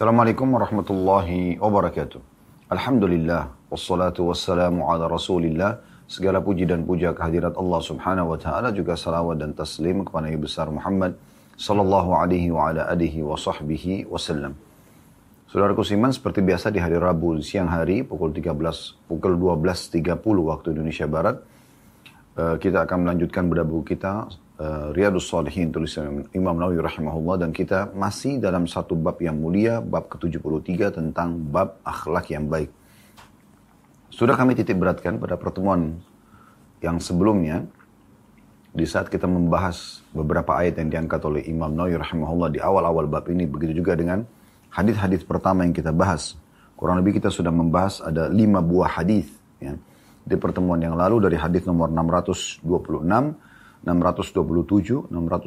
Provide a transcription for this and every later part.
Assalamualaikum warahmatullahi wabarakatuh. Alhamdulillah, wassalatu wassalamu ala rasulillah. Segala puji dan puja kehadirat Allah subhanahu wa ta'ala, juga salawat dan taslim kepada Nabi besar Muhammad sallallahu alaihi wa ala alihi wa sahbihi wasallam. Saudaraku Siman, seperti biasa di hari Rabu siang hari pukul 12.30 waktu Indonesia Barat, kita akan melanjutkan bedah buku kita Riyadhus Shalihin tulisan Imam Nawawi rahimahullah, dan kita masih dalam satu bab yang mulia, bab ke-73 tentang bab akhlak yang baik. Sudah kami titik beratkan pada pertemuan yang sebelumnya di saat kita membahas beberapa ayat yang diangkat oleh Imam Nawawi rahimahullah di awal-awal bab ini, begitu juga dengan hadis-hadis pertama yang kita bahas. Kurang lebih kita sudah membahas ada 5 buah hadis ya. Di pertemuan yang lalu dari hadis nomor 626, 627, 628,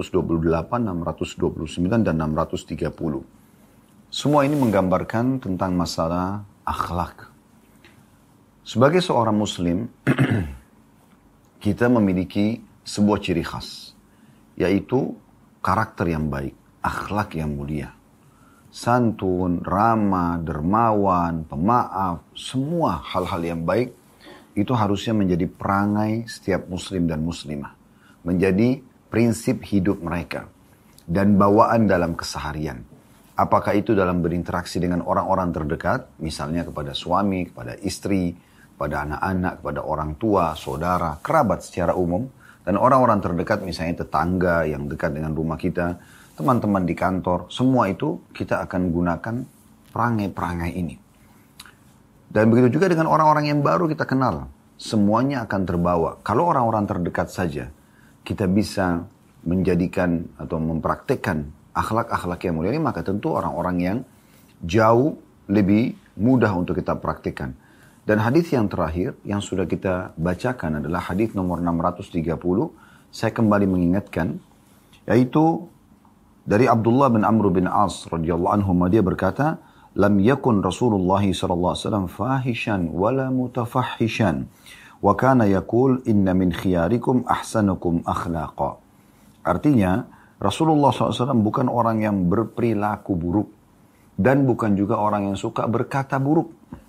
629, dan 630. Semua ini menggambarkan tentang masalah akhlak. Sebagai seorang muslim, kita memiliki sebuah ciri khas, yaitu karakter yang baik, akhlak yang mulia. Santun, ramah, dermawan, pemaaf, semua hal-hal yang baik itu harusnya menjadi perangai setiap muslim dan muslimah. Menjadi prinsip hidup mereka dan bawaan dalam keseharian. Apakah itu dalam berinteraksi dengan orang-orang terdekat, misalnya kepada suami, kepada istri, kepada anak-anak, kepada orang tua, saudara, kerabat secara umum, dan orang-orang terdekat misalnya tetangga yang dekat dengan rumah kita, teman-teman di kantor, semua itu kita akan gunakan perangai-perangai ini. Dan begitu juga dengan orang-orang yang baru kita kenal, semuanya akan terbawa. Kalau orang-orang terdekat saja, kita bisa menjadikan atau mempraktekkan akhlak-akhlak yang mulia ini, maka tentu orang-orang yang jauh lebih mudah untuk kita praktekkan. Dan hadis yang terakhir yang sudah kita bacakan adalah hadis nomor 630. Saya kembali mengingatkan, yaitu dari Abdullah bin Amr bin As radhiyallahu anhu, dia berkata, "Lam yakun Rasulullah sallallahu alaihi wasallam fahishan wala mutafahishan. Wa kana yaqul inna min khiyarikum ahsanukum akhlaqa." Artinya, Rasulullah SAW bukan orang yang berperilaku buruk dan bukan juga orang yang suka berkata buruk.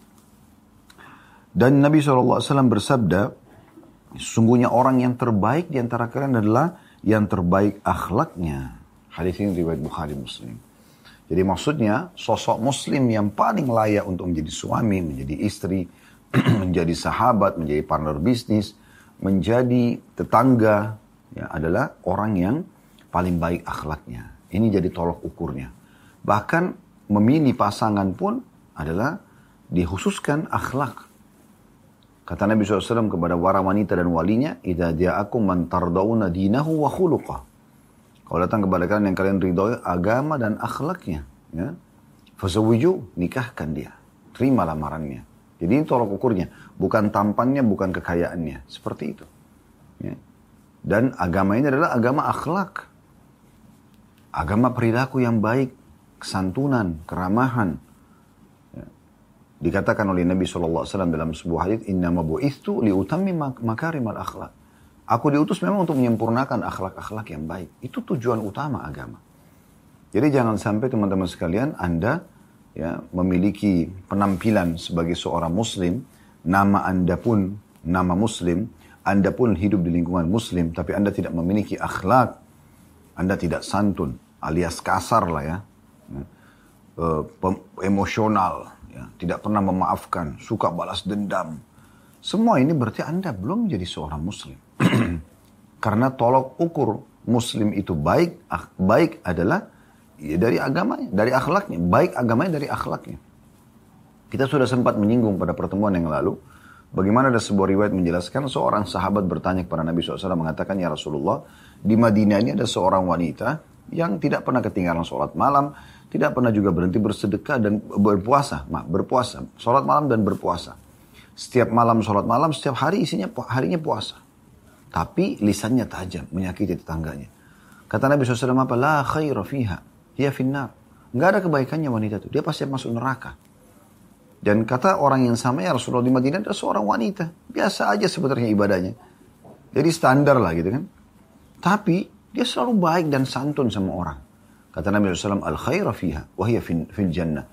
Dan Nabi SAW bersabda, sesungguhnya orang yang terbaik di antara kalian adalah yang terbaik akhlaknya. Hadis ini riwayat Bukhari Muslim. Jadi maksudnya sosok muslim yang paling layak untuk menjadi suami, menjadi istri, menjadi sahabat, menjadi partner bisnis, menjadi tetangga, ya, adalah orang yang paling baik akhlaknya. Ini jadi tolok ukurnya. Bahkan memilih pasangan pun adalah dikhususkan akhlak. Kata Nabi SAW kepada para wanita dan walinya, "Idza ja'akum man tardawna dinahu wa khuluqah." Kalau datang kepada kalian yang kalian ridhoi agama dan akhlaknya, ya, fazawwiju, nikahkan dia, terima lamarannya. Jadi ini tolok ukurnya, bukan tampannya, bukan kekayaannya, seperti itu. Ya. Dan agama ini adalah agama akhlak, agama perilaku yang baik, kesantunan, keramahan. Ya. Dikatakan oleh Nabi SAW dalam sebuah hadits, "Innama bu'itsu liutammima makarimal akhlak." Aku diutus memang untuk menyempurnakan akhlak-akhlak yang baik. Itu tujuan utama agama. Jadi jangan sampai teman-teman sekalian, Anda ya memiliki penampilan sebagai seorang muslim, nama Anda pun nama muslim, Anda pun hidup di lingkungan muslim, tapi Anda tidak memiliki akhlak, Anda tidak santun, alias kasar lah ya, emosional, ya, tidak pernah memaafkan, suka balas dendam. Semua ini berarti Anda belum menjadi seorang muslim. Karena tolok ukur muslim itu baik adalah ya dari agamanya, dari akhlaknya. Baik agamanya dari akhlaknya. Kita sudah sempat menyinggung pada pertemuan yang lalu, bagaimana ada sebuah riwayat menjelaskan seorang sahabat bertanya kepada Nabi SAW, mengatakan, "Ya Rasulullah, di Madinah ini ada seorang wanita yang tidak pernah ketinggalan sholat malam, tidak pernah juga berhenti bersedekah dan berpuasa. Sholat malam dan berpuasa. Setiap malam sholat malam, setiap hari harinya puasa. Tapi lisannya tajam, menyakiti tetangganya." Kata Nabi SAW apa? "La khaira fiha, hiya finnar." Nggak ada kebaikannya wanita itu, dia pasti masuk neraka. Dan kata orang yang sama, "Ya Rasulullah, di Madinah ada seorang wanita, biasa aja sebenarnya ibadahnya. Jadi standar lah gitu kan. Tapi dia selalu baik dan santun sama orang." Kata Nabi SAW, "Al khaira fiha, wa hiya fil jannah."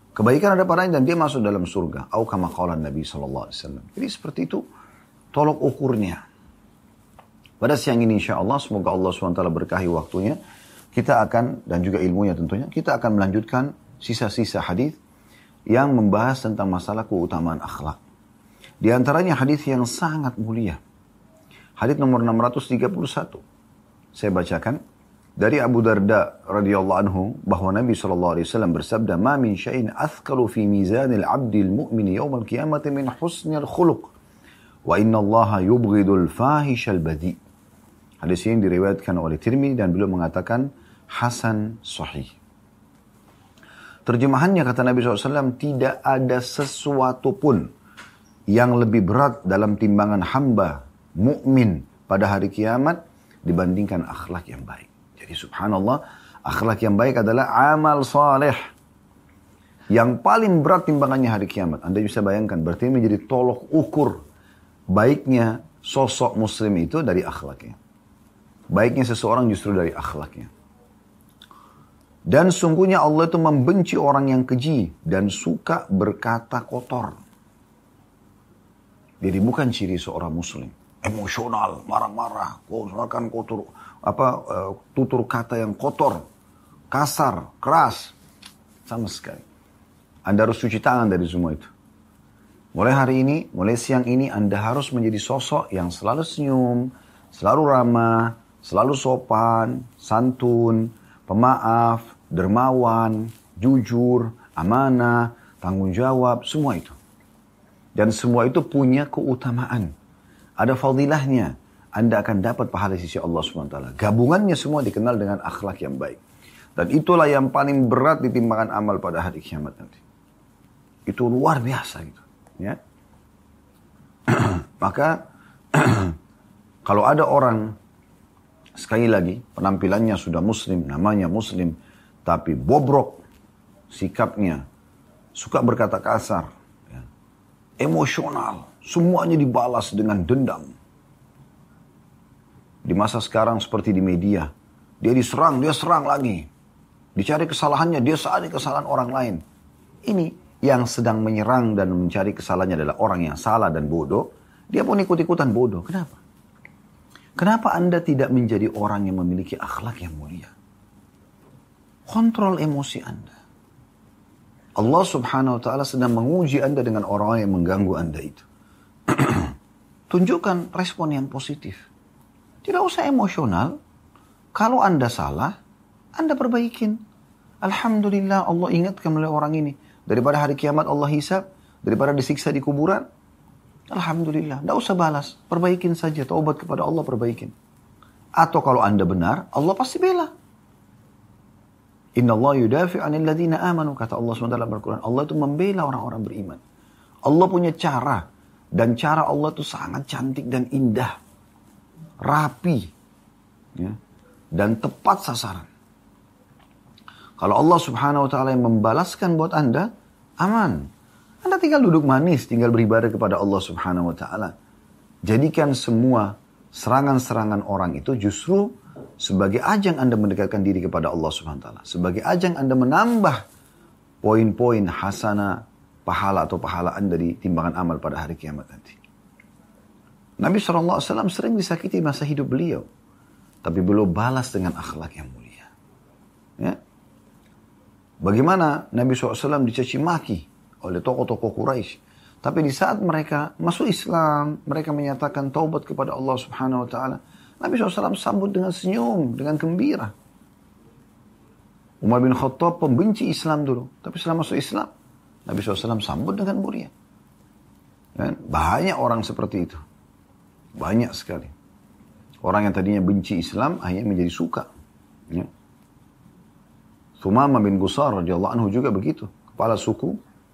Kebaikan ada padanya dan dia masuk dalam surga. Au kama qala Nabi SAW. Jadi seperti itu tolok ukurnya. Pada siang ini insya Allah, semoga Allah SWT berkahi waktunya. Kita akan, dan juga ilmunya tentunya, kita akan melanjutkan sisa-sisa hadis yang membahas tentang masalah keutamaan akhlak. Di antaranya hadis yang sangat mulia. Hadis nomor 631. Saya bacakan. Dari Abu Darda radhiyallahu anhu bahwa Nabi SAW bersabda, "Ma min syai'in athqalu fi mizanil 'abdil mu'mini yawmal qiyamati min husnil khuluq. Wa inna Allaha yubghidul fahishal badi." Hadis ini diriwayatkan oleh Tirmidzi dan beliau mengatakan hasan sahih. Terjemahannya kata Nabi SAW, tidak ada sesuatu pun yang lebih berat dalam timbangan hamba mukmin pada hari kiamat dibandingkan akhlak yang baik. Jadi subhanallah, akhlak yang baik adalah amal saleh yang paling berat timbangannya hari kiamat. Anda bisa bayangkan, berarti menjadi tolok ukur baiknya sosok muslim itu dari akhlaknya. Baiknya seseorang justru dari akhlaknya. Dan sungguhnya Allah itu membenci orang yang keji dan suka berkata kotor. Jadi bukan ciri seorang muslim. Emosional, marah-marah, tutur kata yang kotor, kasar, keras. Sama sekali. Anda harus cuci tangan dari semua itu. Mulai hari ini, mulai siang ini, Anda harus menjadi sosok yang selalu senyum, selalu ramah, selalu sopan, santun, pemaaf, dermawan, jujur, amanah, tanggung jawab, semua itu. Dan semua itu punya keutamaan. Ada fadilahnya. Anda akan dapat pahala di sisi Allah SWT. Gabungannya semua dikenal dengan akhlak yang baik. Dan itulah yang paling berat di timbangan amal pada hari kiamat nanti. Itu luar biasa gitu. Ya. Maka kalau ada orang, sekali lagi, penampilannya sudah muslim, namanya muslim, tapi bobrok sikapnya, suka berkata kasar, ya, emosional, semuanya dibalas dengan dendam. Di masa sekarang seperti di media, dia diserang, dia serang lagi. Dicari kesalahannya, dia cari kesalahan orang lain. Ini yang sedang menyerang dan mencari kesalahannya adalah orang yang salah dan bodoh. Dia pun ikut-ikutan bodoh. Kenapa? Kenapa Anda tidak menjadi orang yang memiliki akhlak yang mulia? Kontrol emosi Anda. Allah Subhanahu wa ta'ala sedang menguji Anda dengan orang yang mengganggu Anda itu. Tunjukkan respon yang positif. Tidak usah emosional. Kalau Anda salah, Anda perbaikin. Alhamdulillah Allah ingatkan oleh orang ini. Daripada hari kiamat Allah hisab, daripada disiksa di kuburan, alhamdulillah. Tidak usah balas. Perbaikin saja. Taubat kepada Allah, perbaikin. Atau kalau Anda benar, Allah pasti bela. Inna Allah yudafi' anil ladhina amanu. Kata Allah SWT Al-Quran. Allah itu membela orang-orang beriman. Allah punya cara. Dan cara Allah itu sangat cantik dan indah. Rapi. Ya, dan tepat sasaran. Kalau Allah Subhanahu wa ta'ala yang membalaskan buat Anda, aman. Anda tinggal duduk manis, tinggal beribadah kepada Allah Subhanahu wa ta'ala. Jadikan semua serangan-serangan orang itu justru sebagai ajang Anda mendekatkan diri kepada Allah Subhanahu wa ta'ala. Sebagai ajang Anda menambah poin-poin hasanah, pahala atau pahala Anda di timbangan amal pada hari kiamat nanti. Nabi SAW sering disakiti masa hidup beliau. Tapi beliau balas dengan akhlak yang mulia. Ya. Bagaimana Nabi SAW dicaci maki oleh tokoh-tokoh Quraisy. Tapi di saat mereka masuk Islam, mereka menyatakan taubat kepada Allah Subhanahu wa ta'ala. Nabi SAW sambut dengan senyum, dengan gembira. Umar bin Khattab pembenci Islam dulu. Tapi setelah masuk Islam, Nabi SAW sambut dengan mulia. Dan banyak orang seperti itu. Banyak sekali. Orang yang tadinya benci Islam, akhirnya menjadi suka. Ya. Thumamah bin Gusar radhiyallahu anhu juga begitu. Kepala suku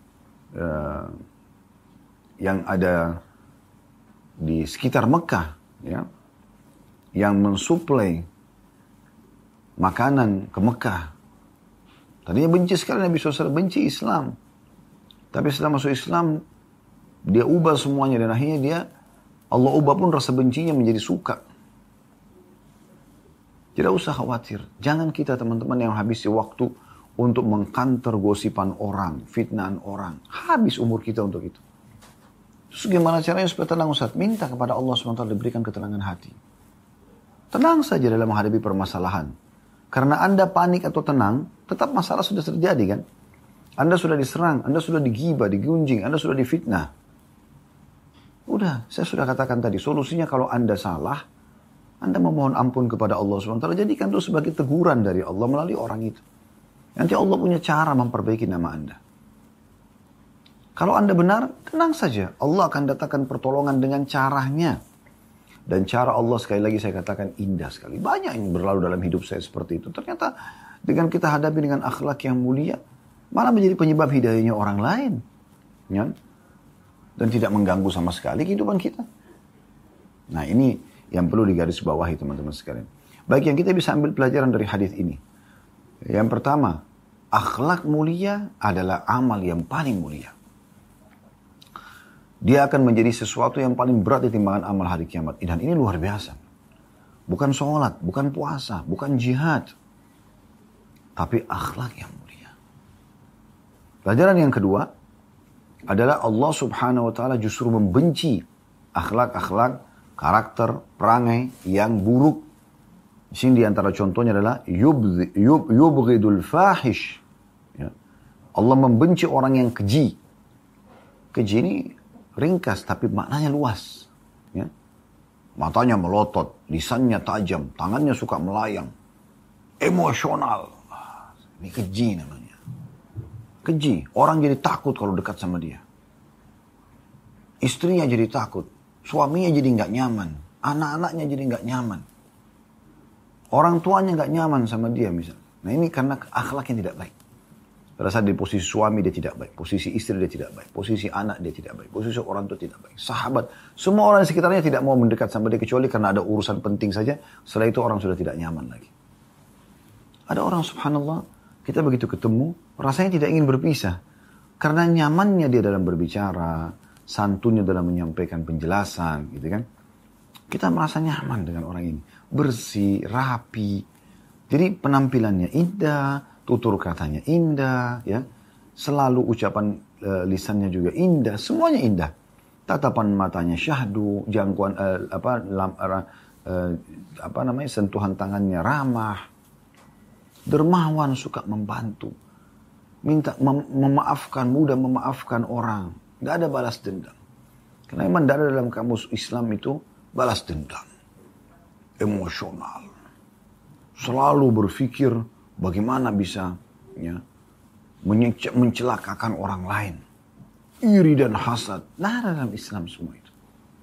yang ada di sekitar Mekah, ya, yang mensuplai makanan ke Mekah. Tadinya benci sekali Nabi SAW, benci Islam. Tapi setelah masuk Islam, dia ubah semuanya dan akhirnya Allah ubah pun rasa bencinya menjadi suka. Tidak usah khawatir. Jangan kita teman-teman yang habisi waktu untuk mengkanter gosipan orang, fitnahan orang. Habis umur kita untuk itu. Terus gimana caranya supaya tenang Ustaz? Minta kepada Allah SWT diberikan ketenangan hati. Tenang saja dalam menghadapi permasalahan. Karena Anda panik atau tenang, tetap masalah sudah terjadi kan? Anda sudah diserang, Anda sudah digibah, digunjing, Anda sudah difitnah. Udah, saya sudah katakan tadi, solusinya kalau Anda salah, Anda memohon ampun kepada Allah SWT, jadikan itu sebagai teguran dari Allah melalui orang itu. Nanti Allah punya cara memperbaiki nama Anda. Kalau Anda benar, tenang saja. Allah akan datangkan pertolongan dengan caranya. Dan cara Allah sekali lagi saya katakan indah sekali. Banyak yang berlalu dalam hidup saya seperti itu. Ternyata dengan kita hadapi dengan akhlak yang mulia, malah menjadi penyebab hidayahnya orang lain. Ya? Dan tidak mengganggu sama sekali kehidupan kita. Nah ini yang perlu digarisbawahi teman-teman sekalian. Baik, yang kita bisa ambil pelajaran dari hadis ini. Yang pertama, akhlak mulia adalah amal yang paling mulia. Dia akan menjadi sesuatu yang paling berat di timbangan amal hari kiamat. Dan ini luar biasa. Bukan sholat, bukan puasa, bukan jihad. Tapi akhlak yang mulia. Pelajaran yang kedua adalah Allah Subhanahu wa Ta'ala justru membenci akhlak-akhlak, karakter, perangai yang buruk. Di sini diantara contohnya adalah yubghidul fahish. Ya. Allah membenci orang yang keji. Keji ini ringkas tapi maknanya luas. Ya. Matanya melotot, lisannya tajam, tangannya suka melayang. Emosional. Ini keji namanya. Keji. Orang jadi takut kalau dekat sama dia. Istrinya jadi takut. Suaminya jadi nggak nyaman. Anak-anaknya jadi nggak nyaman. Orang tuanya nggak nyaman sama dia misalnya. Nah ini karena akhlak yang tidak baik. Pada saat di posisi suami dia tidak baik. Posisi istri dia tidak baik. Posisi anak dia tidak baik. Posisi orang tua tidak baik. Sahabat. Semua orang di sekitarnya tidak mau mendekat sama dia. Kecuali karena ada urusan penting saja. Setelah itu orang sudah tidak nyaman lagi. Ada orang subhanallah. Kita begitu ketemu. Rasanya tidak ingin berpisah. Karena nyamannya dia dalam berbicara. Santunnya dalam menyampaikan penjelasan. Gitu kan. Kita merasa nyaman dengan orang ini. Bersih, rapi. Jadi penampilannya indah. Tutur katanya indah, ya. Selalu ucapan lisannya juga indah, semuanya indah. Tatapan matanya syahdu, jangkauan sentuhan tangannya ramah. Dermawan, suka membantu. Minta memaafkan, mudah memaafkan orang. Gak ada balas dendam. Karena memang tidak ada dalam kamus Islam itu balas dendam. Emosional. Selalu berpikir bagaimana bisa ya, mencelakakan orang lain. Iri dan hasad. Nah dalam Islam semua itu.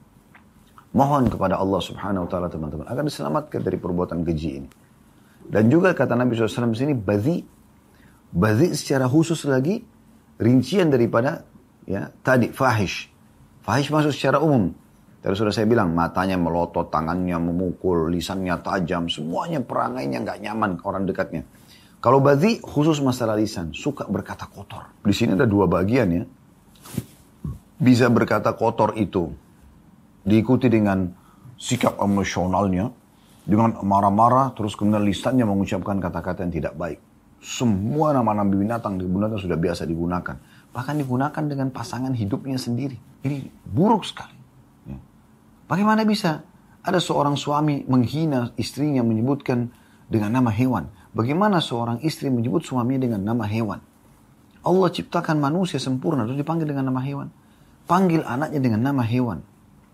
Mohon kepada Allah Subhanahu wa Ta'ala teman-teman. Agar diselamatkan dari perbuatan keji ini. Dan juga kata Nabi SAW di sini. Badhi secara khusus lagi. Rincian daripada ya, tadi fahish. Fahish masuk secara umum. Tadi sudah saya bilang. Matanya melotot, tangannya memukul, lisannya tajam. Semuanya perangainya gak nyaman orang dekatnya. Kalau badhi khusus masalah lisan, suka berkata kotor. Di sini ada dua bagian ya. Bisa berkata kotor itu diikuti dengan sikap emosionalnya, dengan marah-marah, terus kemudian lisannya mengucapkan kata-kata yang tidak baik. Semua nama-nama binatang sudah biasa digunakan. Bahkan digunakan dengan pasangan hidupnya sendiri. Ini buruk sekali. Ya. Bagaimana bisa ada seorang suami menghina istrinya menyebutkan dengan nama hewan? Bagaimana seorang istri menyebut suaminya dengan nama hewan? Allah ciptakan manusia sempurna, terus dipanggil dengan nama hewan. Panggil anaknya dengan nama hewan.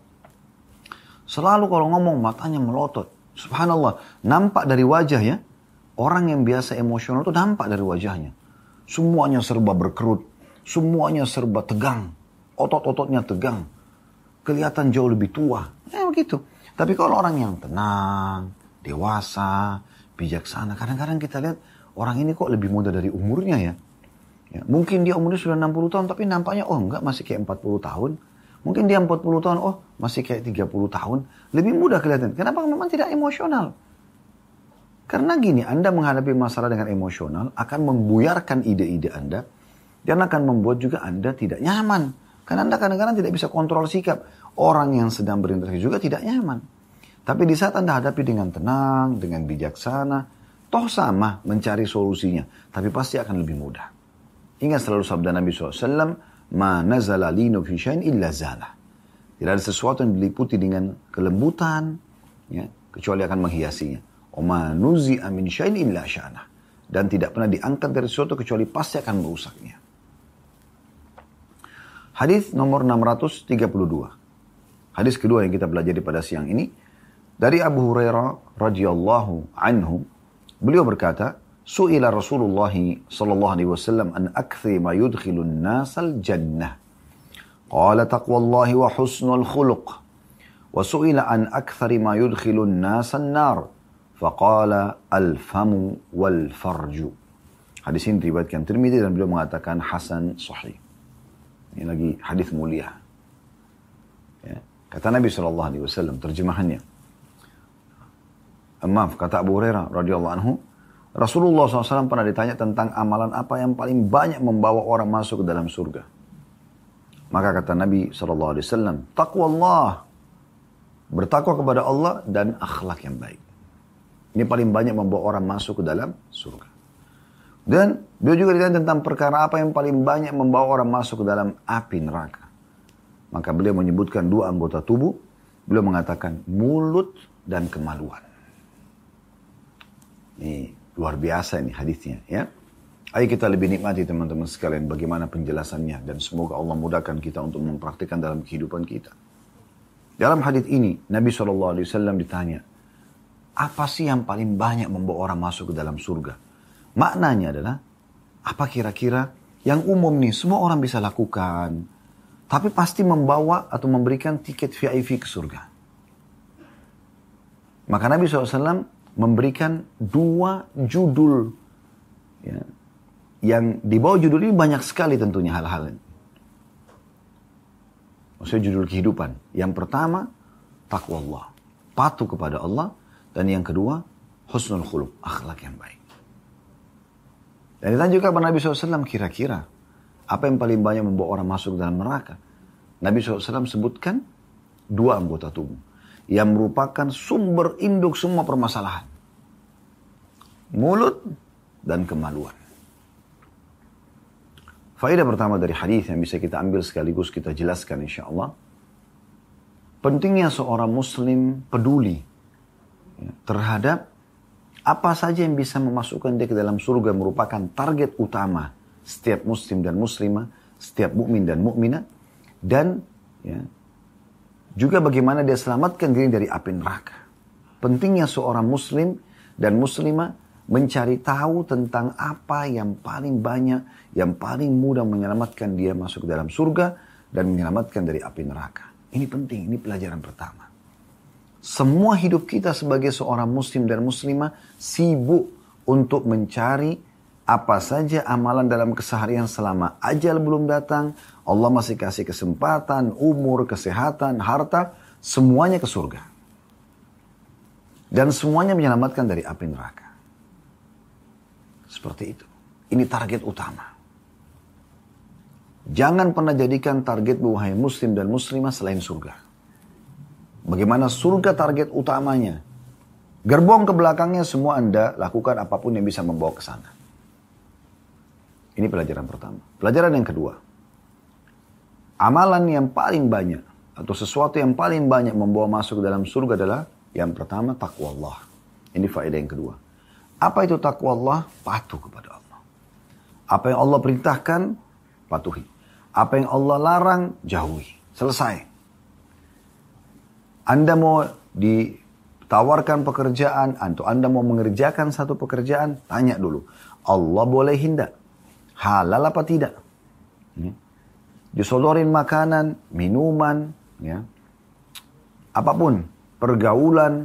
Selalu kalau ngomong matanya melotot. Subhanallah, nampak dari wajah ya. Orang yang biasa emosional itu nampak dari wajahnya. Semuanya serba berkerut. Semuanya serba tegang. Otot-ototnya tegang. Kelihatan jauh lebih tua. Ya begitu. Tapi kalau orang yang tenang, dewasa, bijaksana. Kadang-kadang kita lihat orang ini kok lebih muda dari umurnya ya. Ya, mungkin dia umurnya sudah 60 tahun tapi nampaknya enggak masih kayak 40 tahun. Mungkin dia 40 tahun masih kayak 30 tahun. Lebih muda kelihatan. Kenapa? Memang tidak emosional. Karena gini, Anda menghadapi masalah dengan emosional akan membuyarkan ide-ide Anda dan akan membuat juga Anda tidak nyaman. Karena Anda kadang-kadang tidak bisa kontrol sikap. Orang yang sedang berinteraksi juga tidak nyaman. Tapi di saat Anda hadapi dengan tenang, dengan bijaksana, Toh sama mencari solusinya, tapi pasti akan lebih mudah. Ingat selalu sabda Nabi SAW, ma nazala linu fi syai'in illa zala. Tidak ada sesuatu yang diliputi dengan kelembutan, ya, kecuali akan menghiasinya. Oma nuzi'a min syai'in illa sya'nah. Dan tidak pernah diangkat dari sesuatu kecuali pasti akan merusaknya. Hadis nomor 632. Hadis kedua yang kita pelajari pada siang ini dari Abu Hurairah radhiyallahu anhu, beliau berkata, su'ila Rasulullah sallallahu alaihi wasallam an akthari ma yudkhilun nasal jannah. Qala taqwallahi wa husnul khuluq. Wa su'ila an akthari ma yudkhilun nasan nar. Faqala al-famu wal farju. Hadis ini diriwayatkan Tirmidzi dan beliau mengatakan hasan sahih. Ini lagi hadis mulia. Ya. Kata Nabi SAW, terjemahannya. Maaf, kata Abu Hurairah radhiyallahu anhu, Rasulullah SAW pernah ditanya tentang amalan apa yang paling banyak membawa orang masuk ke dalam surga. Maka kata Nabi SAW, taqwa Allah. Bertakwa kepada Allah dan akhlak yang baik. Ini paling banyak membawa orang masuk ke dalam surga. Dan beliau juga ditanya tentang perkara apa yang paling banyak membawa orang masuk ke dalam api neraka. Maka beliau menyebutkan dua anggota tubuh. Beliau mengatakan mulut dan kemaluan. Ini luar biasa ini hadisnya, ya. Ayo kita lebih nikmati teman-teman sekalian bagaimana penjelasannya. Dan semoga Allah mudahkan kita untuk mempraktikkan dalam kehidupan kita. Dalam hadis ini Nabi SAW ditanya, apa sih yang paling banyak membawa orang masuk ke dalam surga? Maknanya adalah, apa kira-kira yang umum nih, semua orang bisa lakukan. Tapi pasti membawa atau memberikan tiket VIP ke surga. Maka Nabi SAW memberikan dua judul. Ya, yang di bawah judul ini banyak sekali tentunya hal-hal ini. Maksudnya judul kehidupan. Yang pertama, taqwa Allah. Patuh kepada Allah. Dan yang kedua, husnul khuluq. Akhlak yang baik. Dan ditanya juga kepada Nabi SAW, kira-kira apa yang paling banyak membawa orang masuk dalam neraka? Nabi SAW sebutkan dua anggota tubuh. Yang merupakan sumber induk semua permasalahan. Mulut dan kemaluan. Faedah pertama dari hadis yang bisa kita ambil sekaligus kita jelaskan insyaAllah. Pentingnya seorang muslim peduli terhadap apa saja yang bisa memasukkan dia ke dalam surga merupakan target utama setiap muslim dan muslimah, setiap mukmin dan mukminah, dan ya, juga bagaimana dia selamatkan diri dari api neraka. Pentingnya seorang muslim dan muslimah mencari tahu tentang apa yang paling banyak, yang paling mudah menyelamatkan dia masuk ke dalam surga dan menyelamatkan dari api neraka. Ini penting, ini pelajaran pertama. Semua hidup kita sebagai seorang muslim dan muslimah sibuk untuk mencari apa saja amalan dalam keseharian selama ajal belum datang. Allah masih kasih kesempatan, umur, kesehatan, harta, semuanya ke surga. Dan semuanya menyelamatkan dari api neraka. Seperti itu. Ini target utama. Jangan pernah jadikan target wahai muslim dan muslimah selain surga. Bagaimana surga target utamanya. Gerbong ke belakangnya semua Anda lakukan apapun yang bisa membawa ke sana. Ini pelajaran pertama. Pelajaran yang kedua. Amalan yang paling banyak atau sesuatu yang paling banyak membawa masuk ke dalam surga adalah yang pertama taqwa Allah. Ini faedah yang kedua. Apa itu taqwa Allah? Patuh kepada Allah. Apa yang Allah perintahkan, patuhi. Apa yang Allah larang, jauhi. Selesai. Anda mau ditawarkan pekerjaan, atau Anda mau mengerjakan satu pekerjaan, tanya dulu. Allah bolehin tidak? Halal apa tidak? Disodorin makanan, minuman, ya, apapun, pergaulan,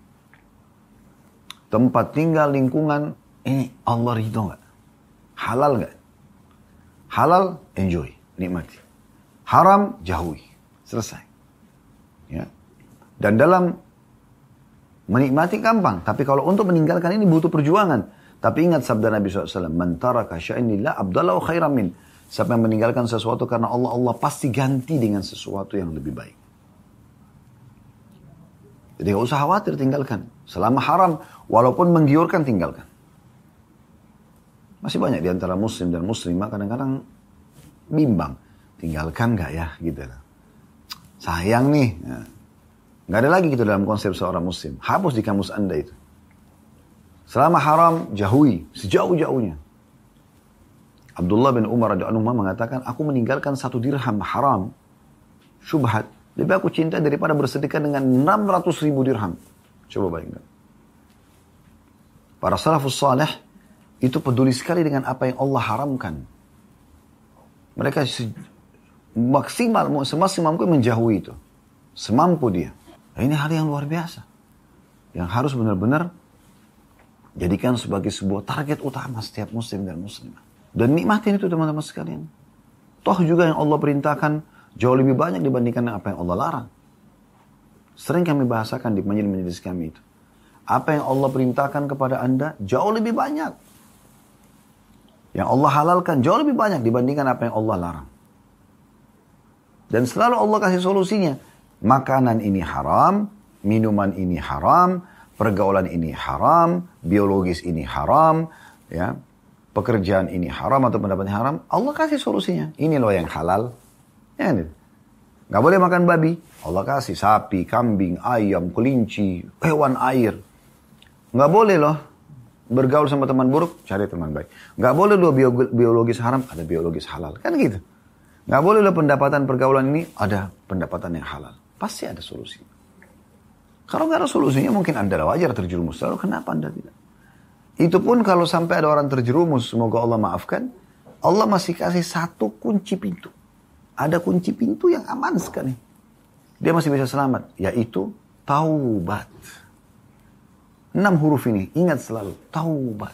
tempat tinggal, lingkungan, ini Allah ridho nggak? Halal nggak? Halal, enjoy, nikmati. Haram, jauhi. Selesai. Ya. Dan dalam menikmati gampang. Tapi kalau untuk meninggalkan ini butuh perjuangan. Tapi ingat sabda Nabi SAW. Man taraka syai'an lillah abdalahu khairan min. Siapa yang meninggalkan sesuatu karena Allah, Allah pasti ganti dengan sesuatu yang lebih baik. Jadi gak usah khawatir, tinggalkan. Selama haram, walaupun menggiurkan, tinggalkan. Masih banyak di antara muslim dan muslimah kadang-kadang bimbang. Tinggalkan gak ya? Gitu. Sayang nih. Ya. Gak ada lagi gitu dalam konsep seorang muslim. Hapus di kamus Anda itu. Selama haram, jauhi. Sejauh-jauhnya. Abdullah bin Umar radhiyallahu anhu mengatakan, aku meninggalkan 1 dirham haram. Syubhat. Lebih aku cinta daripada bersedekah dengan 600.000 dirham. Coba bayangkan. Para salafus salih itu peduli sekali dengan apa yang Allah haramkan. Mereka maksimal, semaksimal mungkin menjauhi itu. Semampu dia. Nah, ini hal yang luar biasa. Yang harus benar-benar jadikan sebagai sebuah target utama setiap muslim dan muslimah. Dan nikmatin itu teman-teman sekalian. Toh juga yang Allah perintahkan jauh lebih banyak dibandingkan apa yang Allah larang. Sering kami bahasakan di majelis-majelis kami itu. Apa yang Allah perintahkan kepada Anda jauh lebih banyak. Yang Allah halalkan jauh lebih banyak dibandingkan apa yang Allah larang. Dan selalu Allah kasih solusinya. Makanan ini haram, minuman ini haram, pergaulan ini haram, biologis ini haram, ya, pekerjaan ini haram atau pendapatnya haram. Allah kasih solusinya. Ini loh yang halal. Ya, nggak boleh makan babi. Allah kasih sapi, kambing, ayam, kelinci, hewan air. Nggak boleh loh bergaul sama teman buruk, cari teman baik. Nggak boleh loh biologis haram, ada biologis halal. Kan gitu. Nggak boleh loh pendapatan pergaulan ini, ada pendapatan yang halal. Pasti ada solusi. Kalau nggak ada solusinya, mungkin Anda wajar terjerumus. Lalu kenapa Anda tidak? Itu pun kalau sampai ada orang terjerumus, semoga Allah maafkan, Allah masih kasih 1 kunci pintu. Ada kunci pintu yang aman sekali. Dia masih bisa selamat, yaitu taubat. 6 huruf ini, ingat selalu, taubat.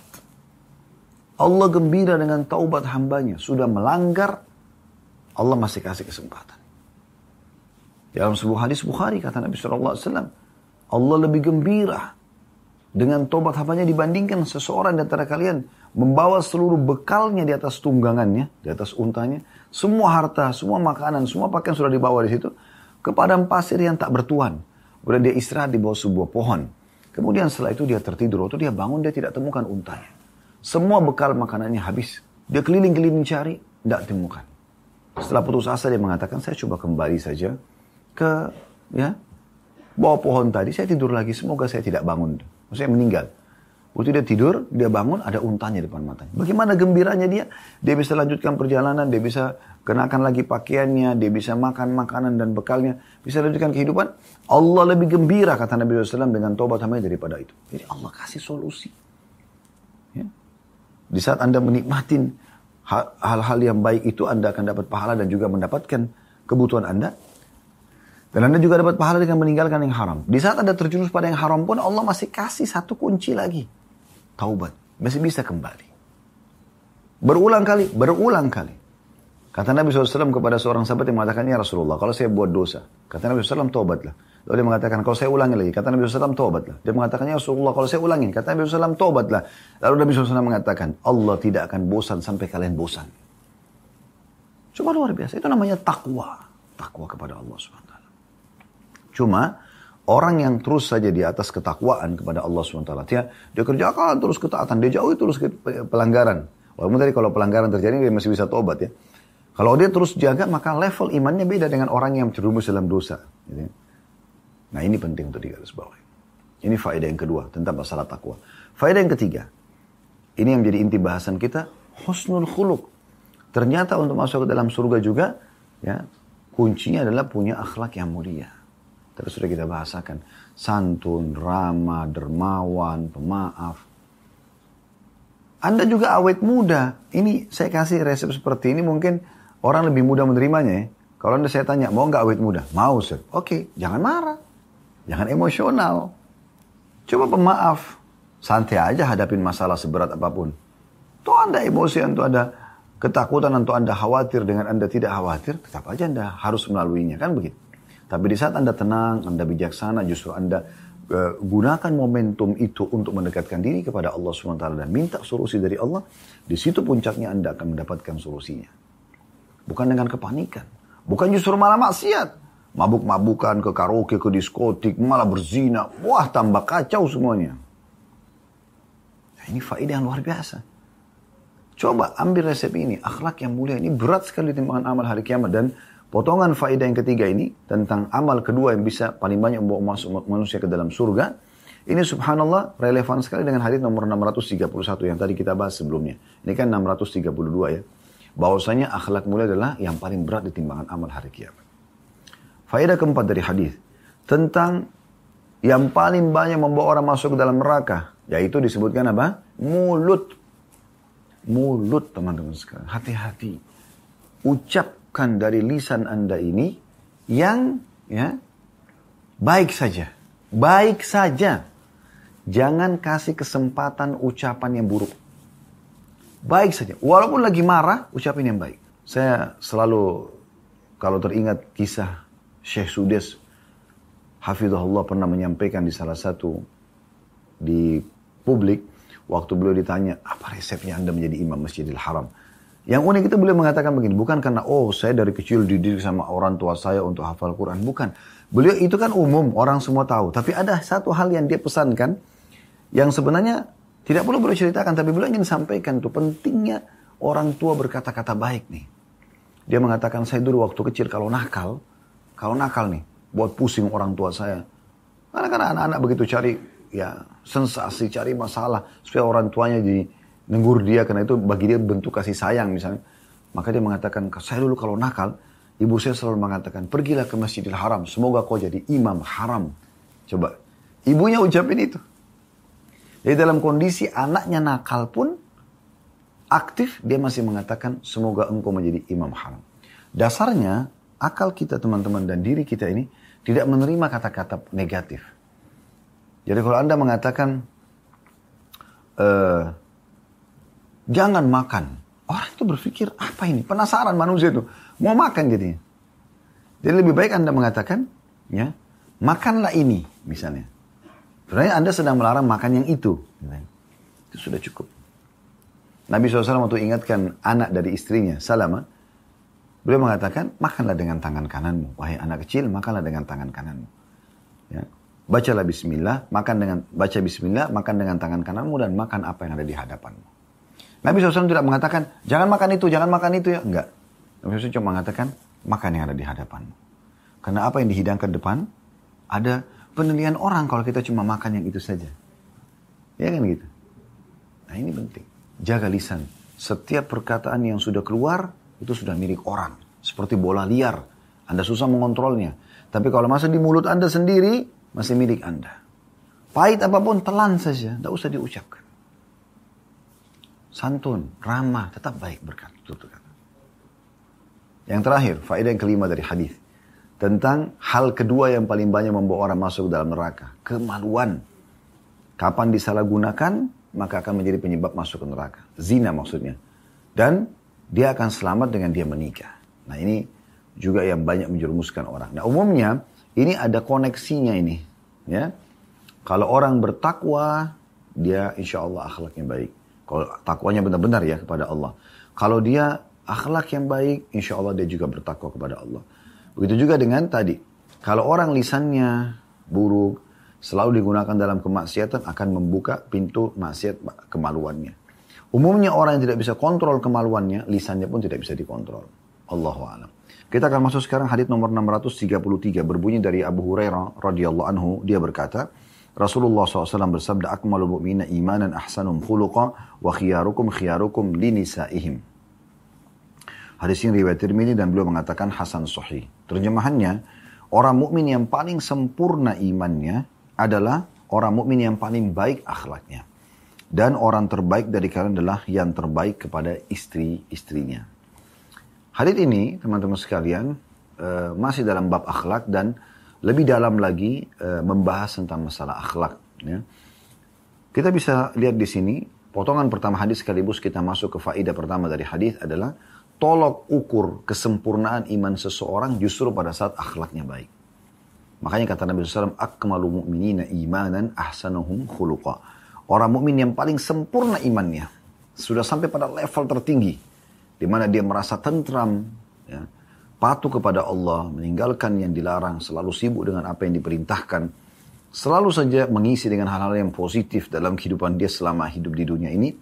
Allah gembira dengan taubat hambanya. Sudah melanggar, Allah masih kasih kesempatan. Dalam sebuah hadis Bukhari, kata Nabi SAW, Allah lebih gembira dengan taubat hambanya dibandingkan seseorang di antara kalian membawa seluruh bekalnya di atas tunggangannya, di atas untanya, semua harta, semua makanan, semua pakaian sudah dibawa di situ, ke padang pasir yang tak bertuan. Kemudian dia istirahat di bawah sebuah pohon. Kemudian setelah itu dia tertidur. Waktu dia bangun, dia tidak temukan untanya. Semua bekal makanannya habis. Dia keliling-keliling cari, tidak temukan. Setelah putus asa dia mengatakan, saya coba kembali saja ke bawah pohon tadi. Saya tidur lagi, semoga saya tidak bangun. Maksudnya meninggal. Waktu dia tidur, dia bangun, ada untanya depan matanya. Bagaimana gembiranya dia? Dia bisa lanjutkan perjalanan, dia bisa kenakan lagi pakaiannya, dia bisa makan makanan dan bekalnya, bisa lanjutkan kehidupan. Allah lebih gembira, kata Nabi SAW, dengan taubat hambanya daripada itu. Jadi Allah kasih solusi. Ya. Di saat Anda menikmatin hal-hal yang baik itu, Anda akan dapat pahala dan juga mendapatkan kebutuhan Anda. Dan Anda juga dapat pahala dengan meninggalkan yang haram. Di saat Anda terjerumus pada yang haram pun, Allah masih kasih 1 kunci lagi. Taubat. Masih bisa kembali. Berulang kali. Kata Nabi SAW kepada seorang sahabat yang mengatakan, ya Rasulullah, kalau saya buat dosa. Kata Nabi SAW, taubatlah. Lalu dia mengatakan, kalau saya ulangi lagi. Kata Nabi SAW, taubatlah. Dia mengatakan, ya Rasulullah, kalau saya ulangi. Kata Nabi SAW, taubatlah. Lalu Nabi SAW mengatakan, Allah tidak akan bosan sampai kalian bosan. Coba luar biasa. Itu namanya takwa. Takwa kepada Allah SWT. Cuma, orang yang terus saja di atas ketakwaan kepada Allah SWT. Dia kerjakan terus ketaatan. Dia jauhi terus pelanggaran. Walaupun tadi kalau pelanggaran terjadi, dia masih bisa taubat ya. Kalau dia terus jaga, maka level imannya beda dengan orang yang terjerumus dalam dosa. Nah ini penting untuk digarisbawahi. Ini faedah yang kedua tentang masalah takwa. Faedah yang ketiga, ini yang menjadi inti bahasan kita, husnul khuluq. Ternyata untuk masuk ke dalam surga juga, ya, kuncinya adalah punya akhlak yang mulia. Tadi sudah kita bahasakan, santun, ramah, dermawan, pemaaf. Anda juga awet muda. Ini saya kasih resep seperti ini mungkin orang lebih mudah menerimanya ya. Kalau Anda saya tanya, mau nggak awet muda? Mau, Sir. Oke, jangan marah. Jangan emosional. Coba pemaaf. Santai aja hadapin masalah seberat apapun. Tuh Anda emosi, atau ada ketakutan, atau Anda khawatir dengan Anda tidak khawatir, tetap aja Anda harus melaluinya, kan begitu. Tapi di saat Anda tenang, Anda bijaksana, justru Anda gunakan momentum itu untuk mendekatkan diri kepada Allah SWT dan minta solusi dari Allah, di situ puncaknya Anda akan mendapatkan solusinya. Bukan dengan kepanikan. Bukan justru malah maksiat. mabuk-mabukan, ke karaoke, ke diskotik, malah berzina. Wah, tambah kacau semuanya. Nah, ini faedah yang luar biasa. Coba ambil resep ini, akhlak yang mulia ini berat sekali di timbangan amal hari kiamat. Dan potongan faedah yang ketiga ini tentang amal kedua yang bisa paling banyak membawa masuk manusia ke dalam surga. Ini subhanallah relevan sekali dengan hadis nomor 631 yang tadi kita bahas sebelumnya. Ini kan 632 ya. Bahwasanya akhlak mulia adalah yang paling berat di timbangan amal hari kiamat. Faedah keempat dari hadis tentang yang paling banyak membawa orang masuk ke dalam neraka, yaitu disebutkan apa? Mulut. Mulut, teman-teman sekalian. Hati-hati. Ucapkan dari lisan Anda ini yang ya baik saja. Baik saja. Jangan kasih kesempatan ucapan yang buruk. Baik saja. Walaupun lagi marah, ucapin yang baik. Saya selalu, kalau teringat kisah Syekh Sudes, Hafizahullah pernah menyampaikan di salah satu di publik, waktu beliau ditanya, apa resepnya Anda menjadi imam Masjidil Haram? Yang unik itu beliau mengatakan begini, bukan karena, saya dari kecil dididik sama orang tua saya untuk hafal Quran. Bukan. Beliau itu kan umum, orang semua tahu. Tapi ada satu hal yang dia pesankan, yang sebenarnya tidak perlu beliau ceritakan, tapi beliau ingin sampaikan tuh pentingnya orang tua berkata-kata baik nih. Dia mengatakan, saya dulu waktu kecil kalau nakal nih, buat pusing orang tua saya. Karena anak-anak begitu cari ya sensasi, cari masalah supaya orang tuanya negur dia, karena itu bagi dia bentuk kasih sayang misalnya. Maka dia mengatakan, saya dulu kalau nakal, ibu saya selalu mengatakan, pergilah ke Masjidil Haram, semoga kau jadi imam haram. Coba, ibunya ucapin itu. Jadi dalam kondisi anaknya nakal pun aktif, dia masih mengatakan, semoga engkau menjadi imam haram. Dasarnya akal kita teman-teman dan diri kita ini tidak menerima kata-kata negatif. Jadi kalau Anda mengatakan, jangan makan. Orang itu berpikir, apa ini? Penasaran manusia itu. Mau makan jadinya. Jadi lebih baik Anda mengatakan, ya, makanlah ini, misalnya. Sebenarnya Anda sedang melarang makan yang itu. Itu sudah cukup. Nabi SAW waktu ingatkan anak dari istrinya, Salama, beliau mengatakan, makanlah dengan tangan kananmu. Wahai anak kecil, makanlah dengan tangan kananmu. Ya. Bacalah bismillah, baca bismillah, makan dengan tangan kananmu dan makan apa yang ada di hadapanmu. Nabi SAW tidak mengatakan, jangan makan itu ya. Enggak. Nabi SAW cuma mengatakan, makan yang ada di hadapanmu. Karena apa yang dihidangkan depan, ada penilaian orang kalau kita cuma makan yang itu saja. Ya kan gitu. Nah ini penting. Jaga lisan. Setiap perkataan yang sudah keluar, itu sudah milik orang. Seperti bola liar. Anda susah mengontrolnya. Tapi kalau masih di mulut Anda sendiri, masih milik Anda. Pahit apapun, telan saja. Tidak usah diucapkan. Santun, ramah, tetap baik berkata. Yang terakhir, faedah yang kelima dari hadis. Tentang hal kedua yang paling banyak membawa orang masuk dalam neraka. Kemaluan. Kapan disalahgunakan, maka akan menjadi penyebab masuk ke neraka. Zina maksudnya. Dan dia akan selamat dengan dia menikah. Nah ini juga yang banyak menjerumuskan orang. Nah umumnya ini ada koneksinya ini. Ya, kalau orang bertakwa, dia insya Allah akhlaknya baik. Kalau takwanya benar-benar ya kepada Allah. Kalau dia akhlak yang baik, insya Allah dia juga bertakwa kepada Allah. Begitu juga dengan tadi. Kalau orang lisannya buruk, selalu digunakan dalam kemaksiatan, akan membuka pintu maksiat kemaluannya. Umumnya orang yang tidak bisa kontrol kemaluannya, lisannya pun tidak bisa dikontrol. Allahu a'lam. Kita akan masuk sekarang hadits nomor 633, berbunyi dari Abu Hurairah radhiyallahu anhu. Dia berkata, Rasulullah SAW bersabda, akmalul mu'mina imanan ahsanum khuluqa wa khiyarukum linisaihim. Hadis ini riwayat Tirmidzi dan beliau mengatakan hasan sahih. Terjemahannya, orang mukmin yang paling sempurna imannya adalah orang mukmin yang paling baik akhlaknya. Dan orang terbaik dari kalian adalah yang terbaik kepada istri-istrinya. Hadis ini, teman-teman sekalian, masih dalam bab akhlak dan lebih dalam lagi membahas tentang masalah akhlak. Ya. Kita bisa lihat di sini, potongan pertama hadis sekaligus kita masuk ke faedah pertama dari hadis adalah tolok ukur kesempurnaan iman seseorang justru pada saat akhlaknya baik. Makanya kata Nabi SAW, akmalu mu'minina imanan ahsanuhum khuluqa. Orang mukmin yang paling sempurna imannya, sudah sampai pada level tertinggi, di mana dia merasa tentram, ya, patuh kepada Allah, meninggalkan yang dilarang, selalu sibuk dengan apa yang diperintahkan, selalu saja mengisi dengan hal-hal yang positif dalam kehidupan dia selama hidup di dunia ini,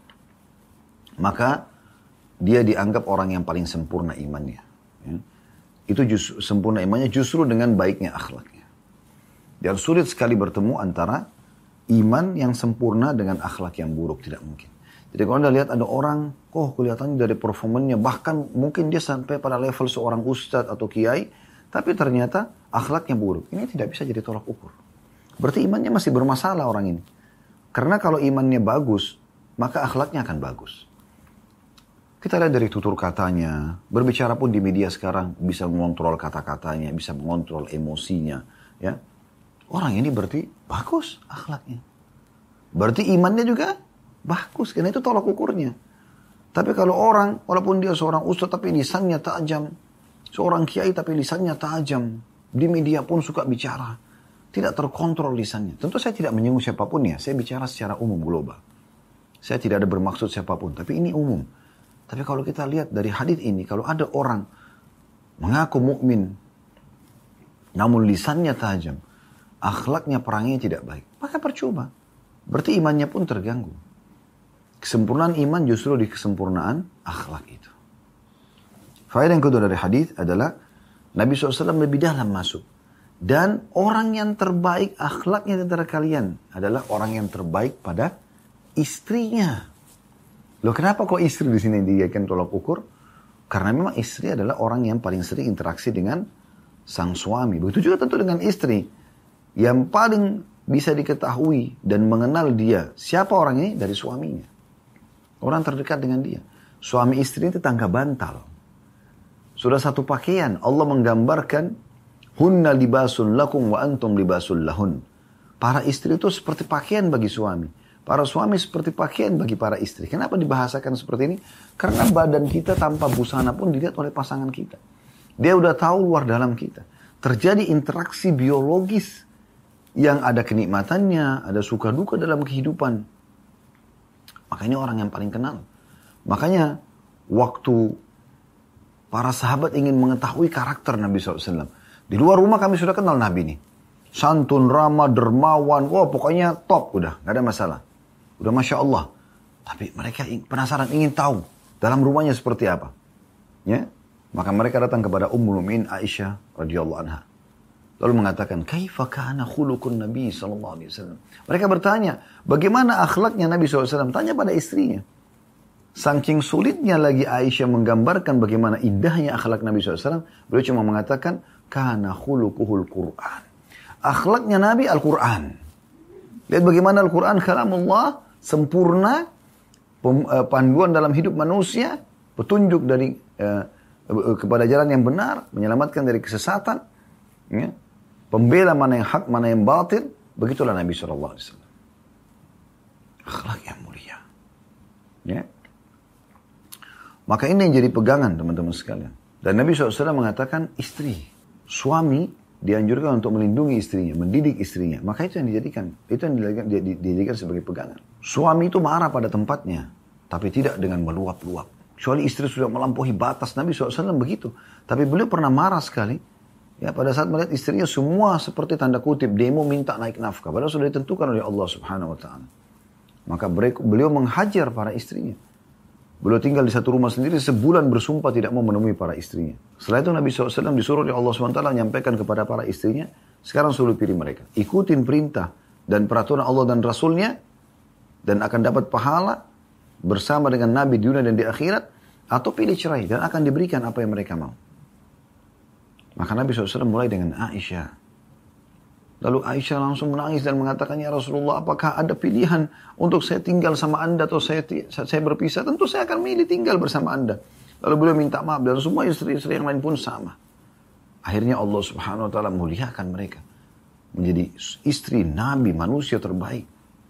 maka dia dianggap orang yang paling sempurna imannya. Ya. Itu sempurna imannya justru dengan baiknya akhlaknya. Dan sulit sekali bertemu antara iman yang sempurna dengan akhlak yang buruk, tidak mungkin. Jadi kalau Anda lihat ada orang, kelihatannya dari performanya, bahkan mungkin dia sampai pada level seorang ustadz atau kiai, tapi ternyata akhlaknya buruk. Ini tidak bisa jadi tolak ukur. Berarti imannya masih bermasalah orang ini. Karena kalau imannya bagus, maka akhlaknya akan bagus. Kita lihat dari tutur katanya, berbicara pun di media sekarang bisa mengontrol kata-katanya, bisa mengontrol emosinya. Ya, orang ini berarti bagus akhlaknya. Berarti imannya juga bagus, karena itu tolak ukurnya. Tapi kalau orang, walaupun dia seorang ustaz tapi lisannya tajam, seorang kiai tapi lisannya tajam, di media pun suka bicara, tidak terkontrol lisannya. Tentu saya tidak menyinggung siapapun ya, saya bicara secara umum global. Saya tidak ada bermaksud siapapun, tapi ini umum. Tapi kalau kita lihat dari hadis ini, kalau ada orang mengaku mukmin, namun lisannya tajam, akhlaknya perangnya tidak baik, maka percuma. Berarti imannya pun terganggu. Kesempurnaan iman justru di kesempurnaan akhlak itu. Faedah yang kedua dari hadis adalah Nabi SAW lebih dalam masuk. Dan orang yang terbaik akhlaknya di antara kalian adalah orang yang terbaik pada istrinya. Loh, kenapa kok istri di sini dijadikan tolak ukur? Karena memang istri adalah orang yang paling sering interaksi dengan sang suami. Begitu juga tentu dengan istri. Yang paling bisa diketahui dan mengenal dia, siapa orang ini? Dari suaminya. Orang terdekat dengan dia. Suami istri itu tetangga bantal. Sudah satu pakaian. Allah menggambarkan, hunna libasun lakum wa antum libasun lahun. Para istri itu seperti pakaian bagi suami. Para suami seperti pakaian bagi para istri. Kenapa dibahasakan seperti ini? Karena badan kita tanpa busana pun dilihat oleh pasangan kita. Dia udah tahu luar dalam kita. Terjadi interaksi biologis yang ada kenikmatannya, ada suka duka dalam kehidupan. Makanya orang yang paling kenal. Makanya waktu para sahabat ingin mengetahui karakter Nabi SAW. Di luar rumah kami sudah kenal Nabi ini. Santun, ramah, dermawan. Pokoknya top udah. Gak ada masalah. Udah Masya Allah. Tapi mereka penasaran ingin tahu. Dalam rumahnya seperti apa. Ya? Maka mereka datang kepada Ummul Mukminin Aisyah radhiyallahu anha. Lalu mengatakan, kaifa kana khuluqun Nabi sallallahu alaihi wasallam. Mereka bertanya, bagaimana akhlaknya Nabi SAW? Tanya pada istrinya. Saking sulitnya lagi Aisyah menggambarkan bagaimana indahnya akhlak Nabi SAW, beliau cuma mengatakan, kana khuluquhul Qur'an. Akhlaknya Nabi Al-Quran. Lihat bagaimana Al-Quran kalamullah sempurna, panduan dalam hidup manusia, petunjuk dari kepada jalan yang benar, menyelamatkan dari kesesatan, ya. Pembela mana yang hak, mana yang batil. Begitulah Nabi SAW. Akhlak yang mulia. Ya. Maka ini yang jadi pegangan teman-teman sekalian. Dan Nabi SAW mengatakan istri, suami dianjurkan untuk melindungi istrinya, mendidik istrinya. Maka itu yang dijadikan. Itu yang dijadikan sebagai pegangan. Suami itu marah pada tempatnya. Tapi tidak dengan meluap-luap. Kecuali istri sudah melampaui batas. Nabi SAW begitu. Tapi beliau pernah marah sekali. Ya, pada saat melihat istrinya semua seperti tanda kutip demo minta naik nafkah. Padahal sudah ditentukan oleh Allah Subhanahu Wa Taala. Maka beliau menghajar para istrinya. Beliau tinggal di satu rumah sendiri sebulan bersumpah tidak mau menemui para istrinya. Setelah itu Nabi SAW disuruh oleh Allah Subhanahu Wa Taala menyampaikan kepada para istrinya, sekarang suruh pilih mereka. Ikutin perintah dan peraturan Allah dan Rasulnya dan akan dapat pahala bersama dengan Nabi di dunia dan di akhirat, atau pilih cerai dan akan diberikan apa yang mereka mau. Maka Nabi SAW mulai dengan Aisyah. Lalu Aisyah langsung menangis dan mengatakan, ya Rasulullah, apakah ada pilihan untuk saya tinggal sama anda atau saya berpisah? Tentu saya akan milih tinggal bersama anda. Lalu beliau minta maaf dan semua istri-istri yang lain pun sama. Akhirnya Allah Subhanahu Wa Taala muliakan mereka menjadi istri Nabi, manusia terbaik.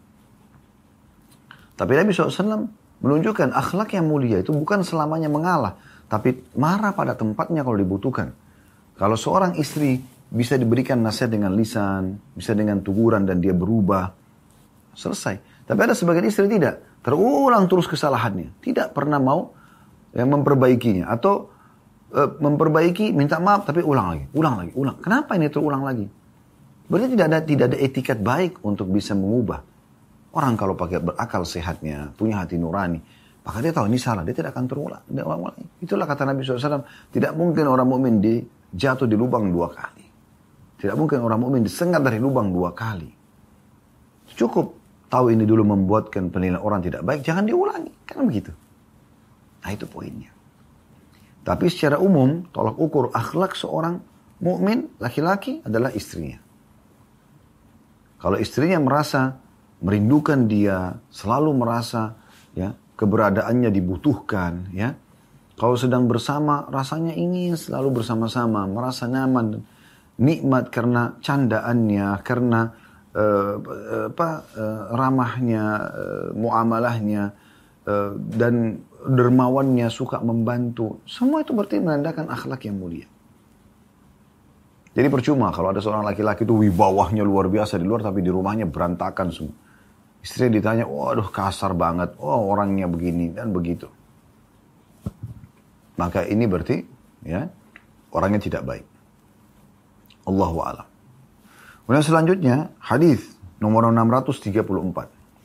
Tapi Nabi SAW menunjukkan akhlak yang mulia itu bukan selamanya mengalah, tapi marah pada tempatnya kalau dibutuhkan. Kalau seorang istri bisa diberikan nasihat dengan lisan, bisa dengan teguran dan dia berubah, selesai. Tapi ada sebagian istri tidak, terulang terus kesalahannya, tidak pernah mau memperbaikinya atau memperbaiki, minta maaf, tapi ulang lagi. Kenapa ini terulang lagi? Berarti tidak ada etikat baik untuk bisa mengubah. Orang kalau pakai berakal sehatnya, punya hati nurani, maka dia tahu ini salah, dia tidak akan terulang. Itulah kata Nabi SAW, tidak mungkin orang mukmin jatuh di lubang 2 kali. Tidak mungkin orang mukmin disengat dari lubang 2 kali. Cukup tahu ini dulu membuatkan penilaian orang tidak baik, jangan diulangi. Kan begitu. Nah itu poinnya. Tapi secara umum, tolak ukur akhlak seorang mukmin laki-laki adalah istrinya. Kalau istrinya merasa merindukan dia, selalu merasa ya keberadaannya dibutuhkan, ya. Kalau sedang bersama, rasanya ingin selalu bersama-sama, merasa nyaman, nikmat karena candaannya, karena ramahnya, muamalahnya, dan dermawannya, suka membantu. Semua itu berarti menandakan akhlak yang mulia. Jadi percuma kalau ada seorang laki-laki itu wibawahnya luar biasa di luar, tapi di rumahnya berantakan semua. Istri ditanya, waduh kasar banget, orangnya begini dan begitu. Maka ini berarti ya orangnya tidak baik. Allahu a'lam. Kemudian selanjutnya hadis nomor 634.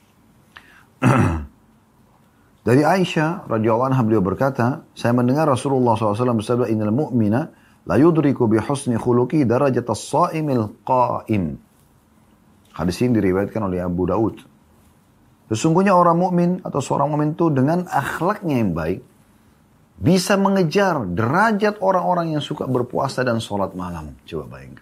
Dari Aisyah radhiyallahu anha beliau berkata, saya mendengar Rasulullah SAW bersabda, innal mu'mina la yudriku bi husni khuluqi darajat as-sa'imil qa'im. Hadis ini diriwayatkan oleh Abu Daud. Sesungguhnya orang mukmin atau seorang mukmin itu dengan akhlaknya yang baik bisa mengejar derajat orang-orang yang suka berpuasa dan sholat malam. Coba bayangkan.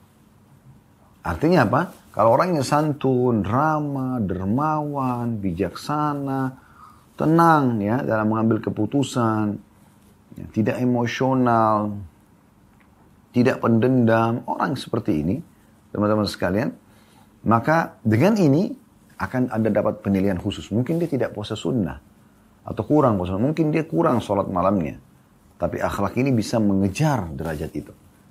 Artinya apa? Kalau orang yang santun, ramah, dermawan, bijaksana, tenang ya dalam mengambil keputusan, ya, tidak emosional, tidak pendendam, orang seperti ini, teman-teman sekalian, maka dengan ini akan Anda dapat penilaian khusus. Mungkin dia tidak puasa sunnah atau kurang puasa, mungkin dia kurang sholat malamnya, tapi akhlak ini bisa mengejar derajat itu.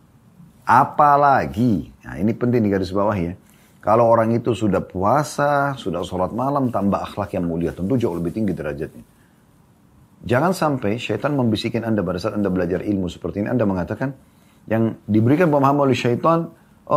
Apalagi, nah ini penting di garis bawah ya, kalau orang itu sudah puasa, sudah sholat malam, tambah akhlak yang mulia, tentu jauh lebih tinggi derajatnya. Jangan sampai syaitan membisikin Anda pada saat Anda belajar ilmu seperti ini, Anda mengatakan, yang diberikan pemahaman oleh syaitan,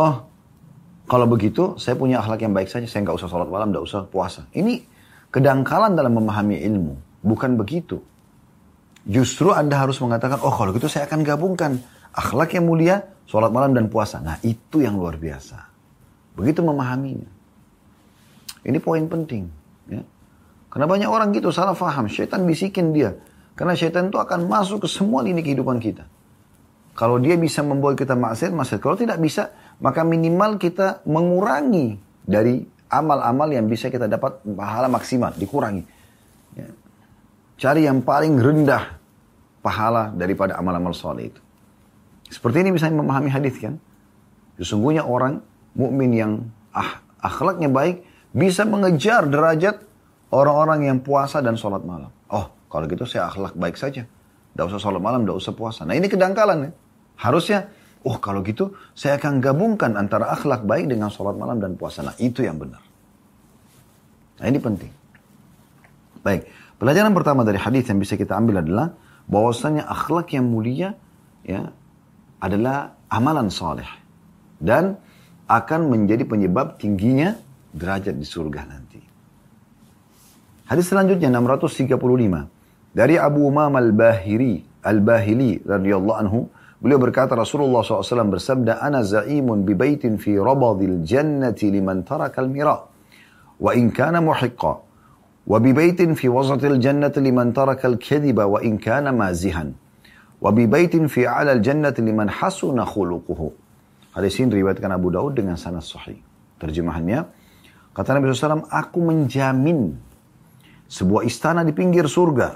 kalau begitu saya punya akhlak yang baik saja, saya nggak usah sholat malam, nggak usah puasa. Ini kedangkalan dalam memahami ilmu. Bukan begitu. Justru Anda harus mengatakan, kalau gitu saya akan gabungkan akhlak yang mulia, sholat malam dan puasa. Nah itu yang luar biasa. Begitu memahaminya. Ini poin penting. Ya. Karena banyak orang gitu salah faham. Syaitan bisikin dia. Karena syaitan itu akan masuk ke semua lini kehidupan kita. Kalau dia bisa membuat kita maksiat. Kalau tidak bisa, maka minimal kita mengurangi dari amal-amal yang bisa kita dapat pahala maksimal. Dikurangi. Ya. Cari yang paling rendah pahala daripada amal-amal soleh itu. Seperti ini bisa memahami hadis kan. Sesungguhnya orang mukmin yang akhlaknya baik bisa mengejar derajat orang-orang yang puasa dan sholat malam. Kalau gitu saya akhlak baik saja. Tidak usah sholat malam, tidak usah puasa. Nah ini kedangkalan ya. Harusnya, kalau gitu saya akan gabungkan antara akhlak baik dengan sholat malam dan puasa. Nah itu yang benar. Nah ini penting. Baik, pelajaran pertama dari hadis yang bisa kita ambil adalah bahwasanya akhlak yang mulia ya adalah amalan saleh dan akan menjadi penyebab tingginya derajat di surga nanti. Hadis selanjutnya 635 dari Abu Umamah Al-Bahili radhiyallahu anhu, beliau berkata Rasulullah SAW bersabda, ana za'imun bi baitin fi rabadil jannati liman tarakal mira wa in kana muhiqqa wa bi baitin fi wasatil jannati liman tarakal kadhiba wa in kana mazihan wa bi baitin fi a'lal jannati liman hasuna khuluquhu. Hadis ini diriwayatkan Abu Daud dengan sanad sahih. Terjemahannya, kata Nabi SAW, aku menjamin sebuah istana di pinggir surga.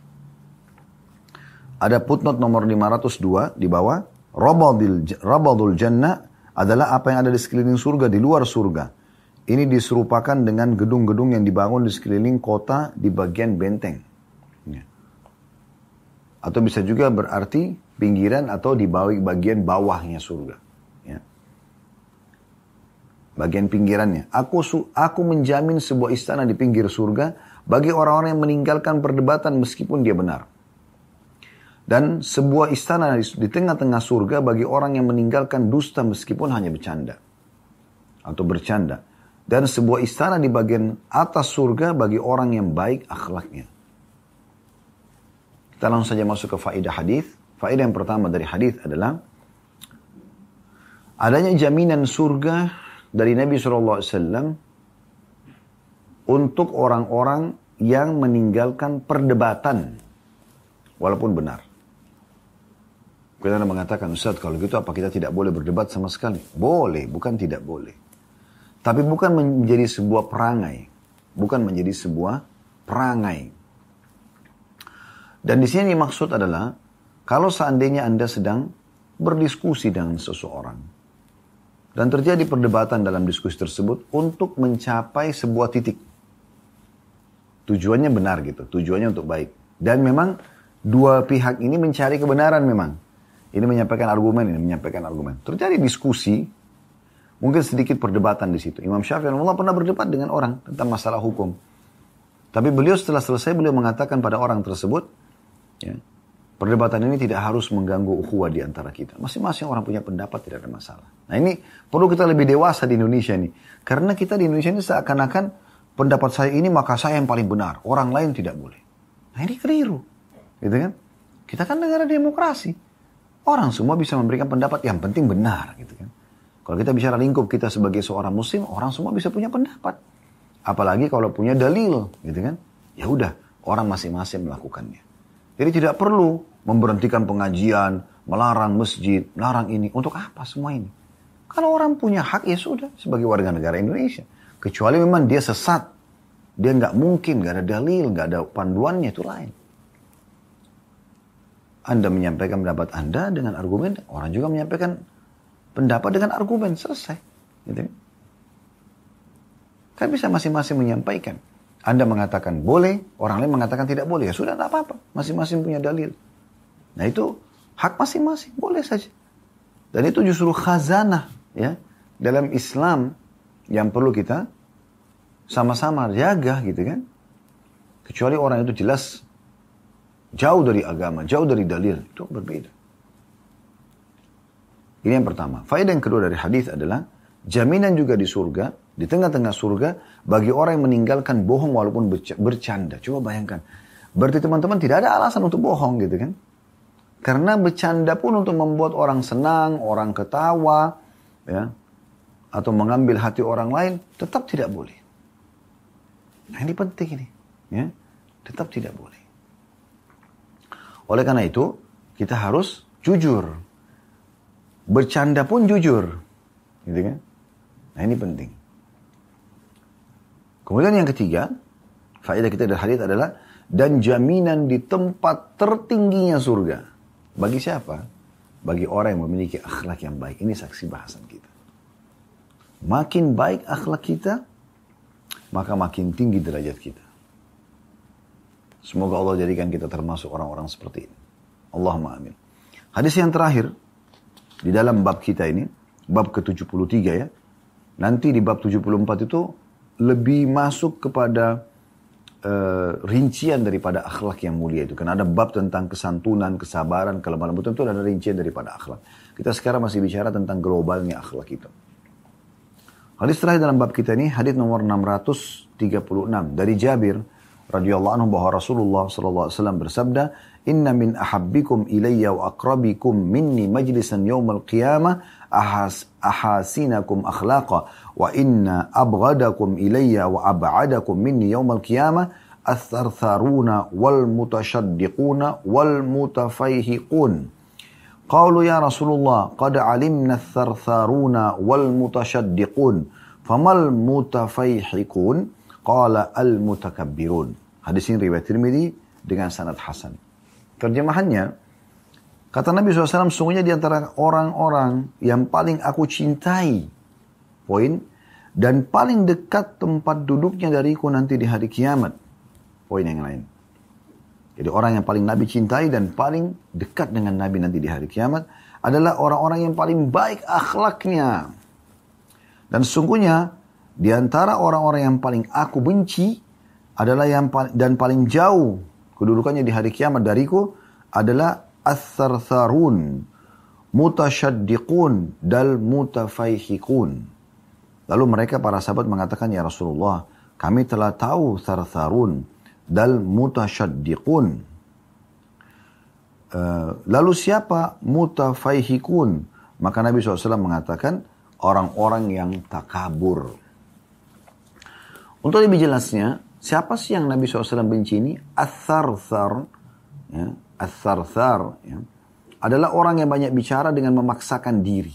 Ada footnote nomor 502 di bawah. Rabadul jannah adalah apa yang ada di sekeliling surga, di luar surga. Ini diserupakan dengan gedung-gedung yang dibangun di sekeliling kota di bagian benteng. Ya. Atau bisa juga berarti pinggiran atau di bagian bawahnya surga. Ya. Bagian pinggirannya. Aku menjamin sebuah istana di pinggir surga bagi orang-orang yang meninggalkan perdebatan meskipun dia benar. Dan sebuah istana di tengah-tengah surga bagi orang yang meninggalkan dusta meskipun hanya bercanda. Atau bercanda. Dan sebuah istana di bagian atas surga bagi orang yang baik akhlaknya. Kita langsung saja masuk ke faedah hadis. Faedah yang pertama dari hadis adalah adanya jaminan surga dari Nabi SAW untuk orang-orang yang meninggalkan perdebatan walaupun benar. Kita mengatakan, Ustaz, kalau gitu apa kita tidak boleh berdebat sama sekali? Boleh, bukan tidak boleh. Tapi bukan menjadi sebuah perangai. Bukan menjadi sebuah perangai. Dan di sini maksud adalah, kalau seandainya Anda sedang berdiskusi dengan seseorang, dan terjadi perdebatan dalam diskusi tersebut untuk mencapai sebuah titik. Tujuannya benar gitu, tujuannya untuk baik. Dan memang dua pihak ini mencari kebenaran memang. Ini menyampaikan argumen, ini menyampaikan argumen. Terjadi diskusi, mungkin sedikit perdebatan di situ. Imam Syafi'i rahimahullah pernah berdebat dengan orang tentang masalah hukum. Tapi beliau setelah selesai, beliau mengatakan pada orang tersebut, ya, perdebatan ini tidak harus mengganggu ukhuwah di antara kita. Masing-masing orang punya pendapat, tidak ada masalah. Nah ini perlu kita lebih dewasa di Indonesia nih. Karena kita di Indonesia ini seakan-akan pendapat saya ini maka saya yang paling benar. Orang lain tidak boleh. Nah ini keliru. Gitu kan? Kita kan negara demokrasi. Orang semua bisa memberikan pendapat yang penting benar. Gitu kan? Kalau kita bicara lingkup kita sebagai seorang muslim, orang semua bisa punya pendapat. Apalagi kalau punya dalil. Gitu kan? Ya udah, orang masing-masing melakukannya. Jadi tidak perlu memberhentikan pengajian, melarang masjid, melarang ini. Untuk apa semua ini? Kalau orang punya hak, ya sudah. Sebagai warga negara Indonesia. Kecuali memang dia sesat. Dia nggak mungkin, nggak ada dalil, nggak ada panduannya, itu lain. Anda menyampaikan pendapat Anda dengan argumen. Orang juga menyampaikan pendapat dengan argumen. Selesai. Gitu. Kan bisa masing-masing menyampaikan. Anda mengatakan boleh, orang lain mengatakan tidak boleh. Ya sudah, tidak apa-apa. Masing-masing punya dalil. Nah itu hak masing-masing. Boleh saja. Dan itu justru khazanah. Ya, dalam Islam yang perlu kita sama-sama jaga gitu kan. Kecuali orang itu jelas jauh dari agama, jauh dari dalil. Itu berbeda. Ini yang pertama. Faedah yang kedua dari hadis adalah jaminan juga di surga, di tengah-tengah surga, bagi orang yang meninggalkan bohong walaupun bercanda. Coba bayangkan. Berarti teman-teman tidak ada alasan untuk bohong gitu kan. Karena bercanda pun untuk membuat orang senang, orang ketawa, ya, atau mengambil hati orang lain, tetap tidak boleh. Nah ini penting ini. Ya, tetap tidak boleh. Oleh karena itu, kita harus jujur. Bercanda pun jujur. Gitu kan? Nah ini penting. Kemudian yang ketiga, faedah kita dari hadis adalah, dan jaminan di tempat tertingginya surga. Bagi siapa? Bagi orang yang memiliki akhlak yang baik. Ini saksi bahasan kita. Makin baik akhlak kita, maka makin tinggi derajat kita. Semoga Allah jadikan kita termasuk orang-orang seperti ini. Allahumma amin. Hadis yang terakhir, di dalam bab kita ini, bab ke-73 ya. Nanti di bab 74 itu lebih masuk kepada rincian daripada akhlak yang mulia itu. Karena ada bab tentang kesantunan, kesabaran, kelemah lembutan, itu ada rincian daripada akhlak. Kita sekarang masih bicara tentang globalnya akhlak itu. Hadis terakhir dalam bab kita ini, hadis nomor 636 dari Jabir radhiyallahu anhu bahwa Rasulullah sallallahu alaihi wasallam bersabda, "Inna min ahabbikum ilayya wa aqrabikum minni majlisan yaumal qiyamah ahasinakum akhlaqa wa inna abghadakum ilayya wa ab'adakum minni yaumal qiyamah athartharuna wal mutashaddiquna wal mutafayhiqun." Qalu ya Rasulullah qad alimna athartharuna wal mutashaddiqun famal mutafayhiqun qala al mutakabbirun. Hadis ini riwayat Tirmidzi dengan sanad hasan. Terjemahannya, kata Nabi SAW, sungguhnya di antara orang-orang yang paling aku cintai, poin, dan paling dekat tempat duduknya dariku nanti di hari kiamat, poin yang lain. Jadi orang yang paling Nabi cintai dan paling dekat dengan Nabi nanti di hari kiamat adalah orang-orang yang paling baik akhlaknya. Dan sesungguhnya di antara orang-orang yang paling aku benci adalah dan paling jauh kedudukannya di hari kiamat dariku adalah ats-tsartsarun, mutasyaddiqun, dal mutafaihiqun. Lalu mereka para sahabat mengatakan, ya Rasulullah, kami telah tahu tsartsarun, dal mutasyaddiqun. Lalu siapa mutafaihikun? Maka Nabi SAW mengatakan orang-orang yang takabur. Untuk lebih jelasnya, siapa sih yang Nabi SAW benci ini? Ats-tsartsar, ya, ats-tsartsar, ya, adalah orang yang banyak bicara dengan memaksakan diri.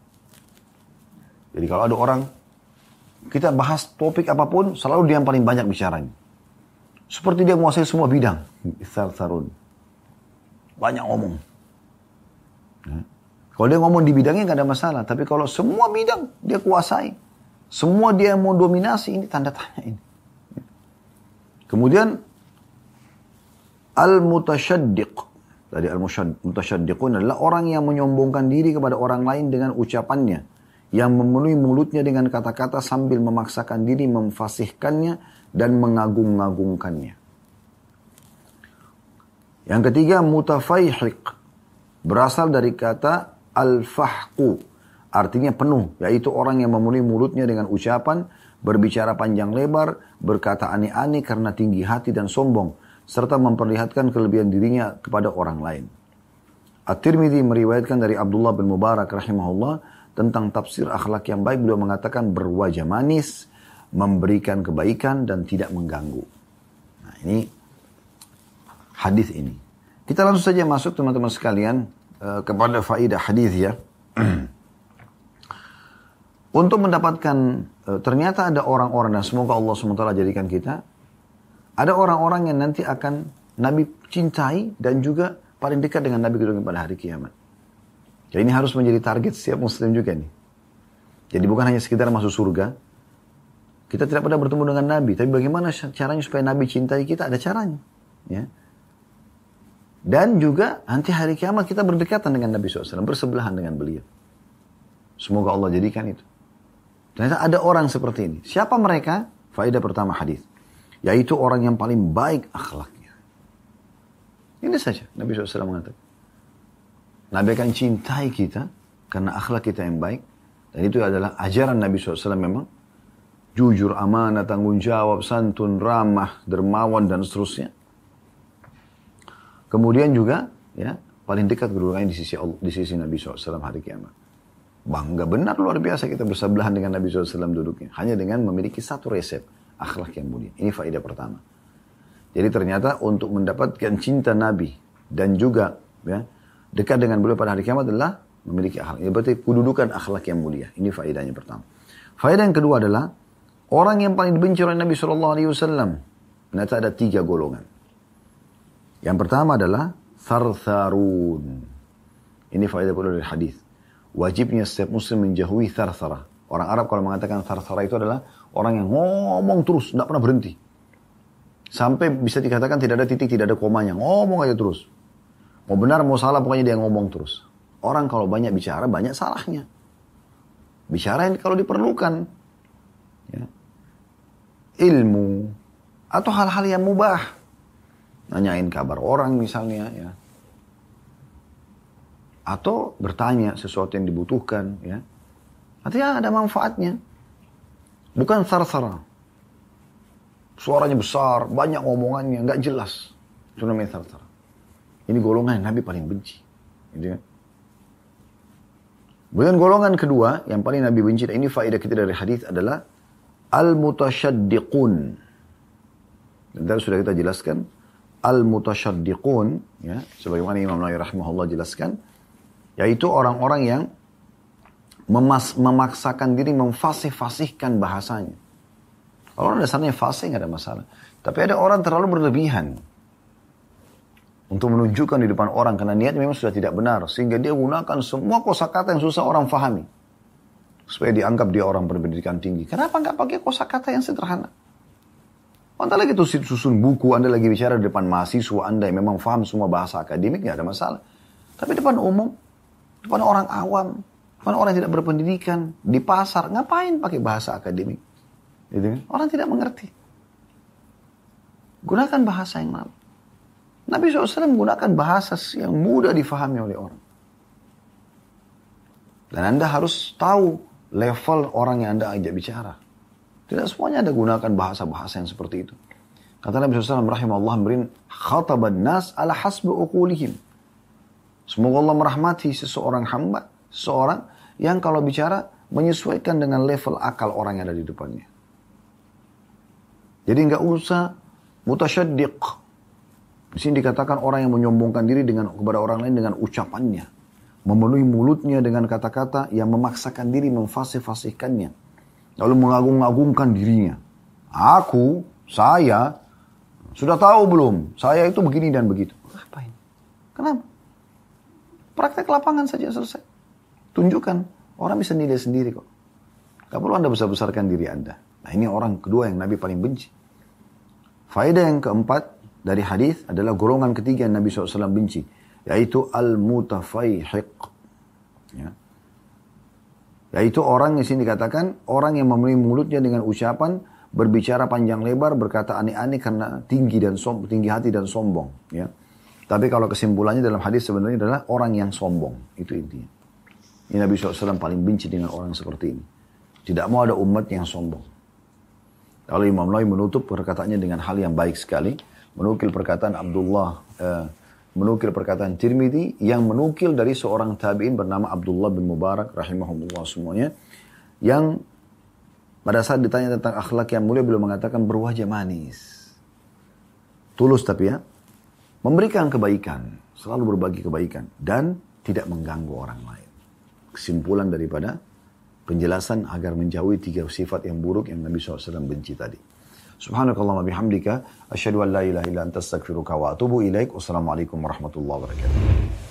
Jadi kalau ada orang, kita bahas topik apapun, selalu dia yang paling banyak bicaranya. Seperti dia menguasai semua bidang. Ats-tsartsarun. Banyak ngomong. Ya. Kalau dia ngomong di bidangnya nggak ada masalah. Tapi kalau semua bidang dia kuasai. Semua dia mau dominasi, ini tanda tanya ini. Kemudian al-mutasyaddiq. Tadi al-mutasyaddiqun adalah orang yang menyombongkan diri kepada orang lain dengan ucapannya. Yang memenuhi mulutnya dengan kata-kata sambil memaksakan diri memfasihkannya dan mengagung-agungkannya. Yang ketiga mutafaihiq. Berasal dari kata al-fahqu. Artinya penuh, yaitu orang yang memenuhi mulutnya dengan ucapan, berbicara panjang lebar, berkata aneh-aneh karena tinggi hati dan sombong, serta memperlihatkan kelebihan dirinya kepada orang lain. At-Tirmidzi meriwayatkan dari Abdullah bin Mubarak rahimahullah tentang tafsir akhlak yang baik. Beliau mengatakan berwajah manis, memberikan kebaikan dan tidak mengganggu. Nah ini hadis ini. Kita langsung saja masuk teman-teman sekalian kepada faedah hadis ya. Untuk mendapatkan, ternyata ada orang-orang, dan semoga Allah SWT jadikan kita, ada orang-orang yang nanti akan Nabi cintai dan juga paling dekat dengan Nabi pada hari kiamat. Jadi ini harus menjadi target setiap muslim juga nih. Jadi bukan hanya sekedar masuk surga, kita tidak pernah bertemu dengan Nabi, tapi bagaimana caranya supaya Nabi cintai kita, ada caranya. Ya. Dan juga nanti hari kiamat kita berdekatan dengan Nabi SAW, bersebelahan dengan beliau. Semoga Allah jadikan itu. Ternyata ada orang seperti ini. Siapa mereka? Faedah pertama hadis, yaitu orang yang paling baik akhlaknya. Ini saja Nabi SAW mengatakan. Nabi akan cintai kita karena akhlak kita yang baik. Dan itu adalah ajaran Nabi SAW memang. Jujur, amanah, tanggung jawab, santun, ramah, dermawan, dan seterusnya. Kemudian juga ya paling dekat kedudukannya di sisi Nabi SAW hari kiamat. Bangga benar luar biasa kita bersebelahan dengan Nabi SAW duduknya. Hanya dengan memiliki satu resep akhlak yang mulia. Ini faedah pertama. Jadi ternyata untuk mendapatkan cinta Nabi dan juga ya, dekat dengan beliau pada hari kiamat adalah memiliki akhlak. Ini berarti kedudukan akhlak yang mulia. Ini faedahnya pertama. Faedah yang kedua adalah orang yang paling dibenci oleh Nabi SAW. Ternyata ada 3 golongan. Yang pertama adalah tsarsarun. Ini faedah kedua dari hadis. Wajibnya setiap muslim menjauhi tsarsara. Orang Arab kalau mengatakan tsarsara itu adalah orang yang ngomong terus, tidak pernah berhenti. Sampai bisa dikatakan tidak ada titik, tidak ada komanya. Ngomong aja terus. Mau benar, mau salah, pokoknya dia ngomong terus. Orang kalau banyak bicara, banyak salahnya. Bicara yang kalau diperlukan. Ya. Ilmu. Atau hal-hal yang mubah. Nanyain kabar orang misalnya. Ya. Atau bertanya sesuatu yang dibutuhkan. Ya. Artinya ada manfaatnya. Bukan sarsara. Suaranya besar, banyak ngomongannya, nggak jelas. Itu namanya sarsara. Ini golongan yang Nabi paling benci. Gitu kan? Kemudian golongan kedua, yang paling Nabi benci, dan ini faedah kita dari hadis adalah al-mutasyaddiqun. Dan tadi sudah kita jelaskan, al-mutasyaddiqun, ya, sebagaimana Imam Nawawi rahimahullah jelaskan, yaitu orang-orang yang memaksakan diri, memfasih-fasihkan bahasanya. Kalau orang dasarnya fasih nggak ada masalah. Tapi ada orang terlalu berlebihan untuk menunjukkan di depan orang karena niatnya memang sudah tidak benar, sehingga dia gunakan semua kosakata yang susah orang fahami supaya dianggap dia orang berpendidikan tinggi. Kenapa nggak pakai kosakata yang sederhana? Anda lagi tuh susun buku, Anda lagi bicara di depan mahasiswa Anda yang memang faham semua bahasa akademik, nggak ada masalah. Tapi depan umum, depan orang awam, depan orang yang tidak berpendidikan, di pasar, ngapain pakai bahasa akademik? Gitu kan? Orang tidak mengerti. Gunakan bahasa yang lain. Nabi SAW menggunakan bahasa yang mudah difahami oleh orang. Dan Anda harus tahu level orang yang Anda ajak bicara. Tidak semuanya Anda gunakan bahasa-bahasa yang seperti itu. Kata Nabi SAW, rahimahullah, khataban nas ala hasbi uqulihim. Semoga Allah merahmati seseorang hamba, seseorang yang kalau bicara menyesuaikan dengan level akal orang yang ada di depannya. Jadi nggak usah mutasyaddiq. Di sini dikatakan orang yang menyombongkan diri kepada orang lain dengan ucapannya, memenuhi mulutnya dengan kata-kata yang memaksakan diri memfasih-fasihkannya, lalu mengagung-agungkan dirinya. Aku, saya, sudah tahu belum? Saya itu begini dan begitu. Ngapain? Kenapa? Praktek lapangan saja selesai. Tunjukkan. Orang bisa nilai sendiri kok. Gak perlu Anda besar-besarkan diri Anda. Nah ini orang kedua yang Nabi paling benci. Faedah yang keempat dari hadis adalah golongan ketiga yang Nabi SAW benci. Yaitu al-mutafaihiq. Ya. Yaitu orang yang sini dikatakan, orang yang memenuhi mulutnya dengan ucapan, berbicara panjang lebar, berkata aneh-aneh karena tinggi hati dan sombong. Ya. Tapi kalau kesimpulannya dalam hadis sebenarnya adalah orang yang sombong. Itu intinya. Ini Nabi SAW paling benci dengan orang seperti ini. Tidak mau ada umat yang sombong. Lalu Imam Nawawi menutup perkataannya dengan hal yang baik sekali. Menukil perkataan menukil perkataan Tirmidzi yang menukil dari seorang tabi'in bernama Abdullah bin Mubarak rahimahumullah semuanya. Yang pada saat ditanya tentang akhlak yang mulia beliau mengatakan berwajah manis. Tulus tapi ya. Memberikan kebaikan. Selalu berbagi kebaikan. Dan tidak mengganggu orang lain. Kesimpulan daripada penjelasan agar menjauhi 3 sifat yang buruk yang Nabi SAW benci tadi. Subhanakallahumma bihamdika asyhadu an la ilaha illa anta astaghfiruka wa atubu ilaik. Wassalamualaikum warahmatullahi wabarakatuh.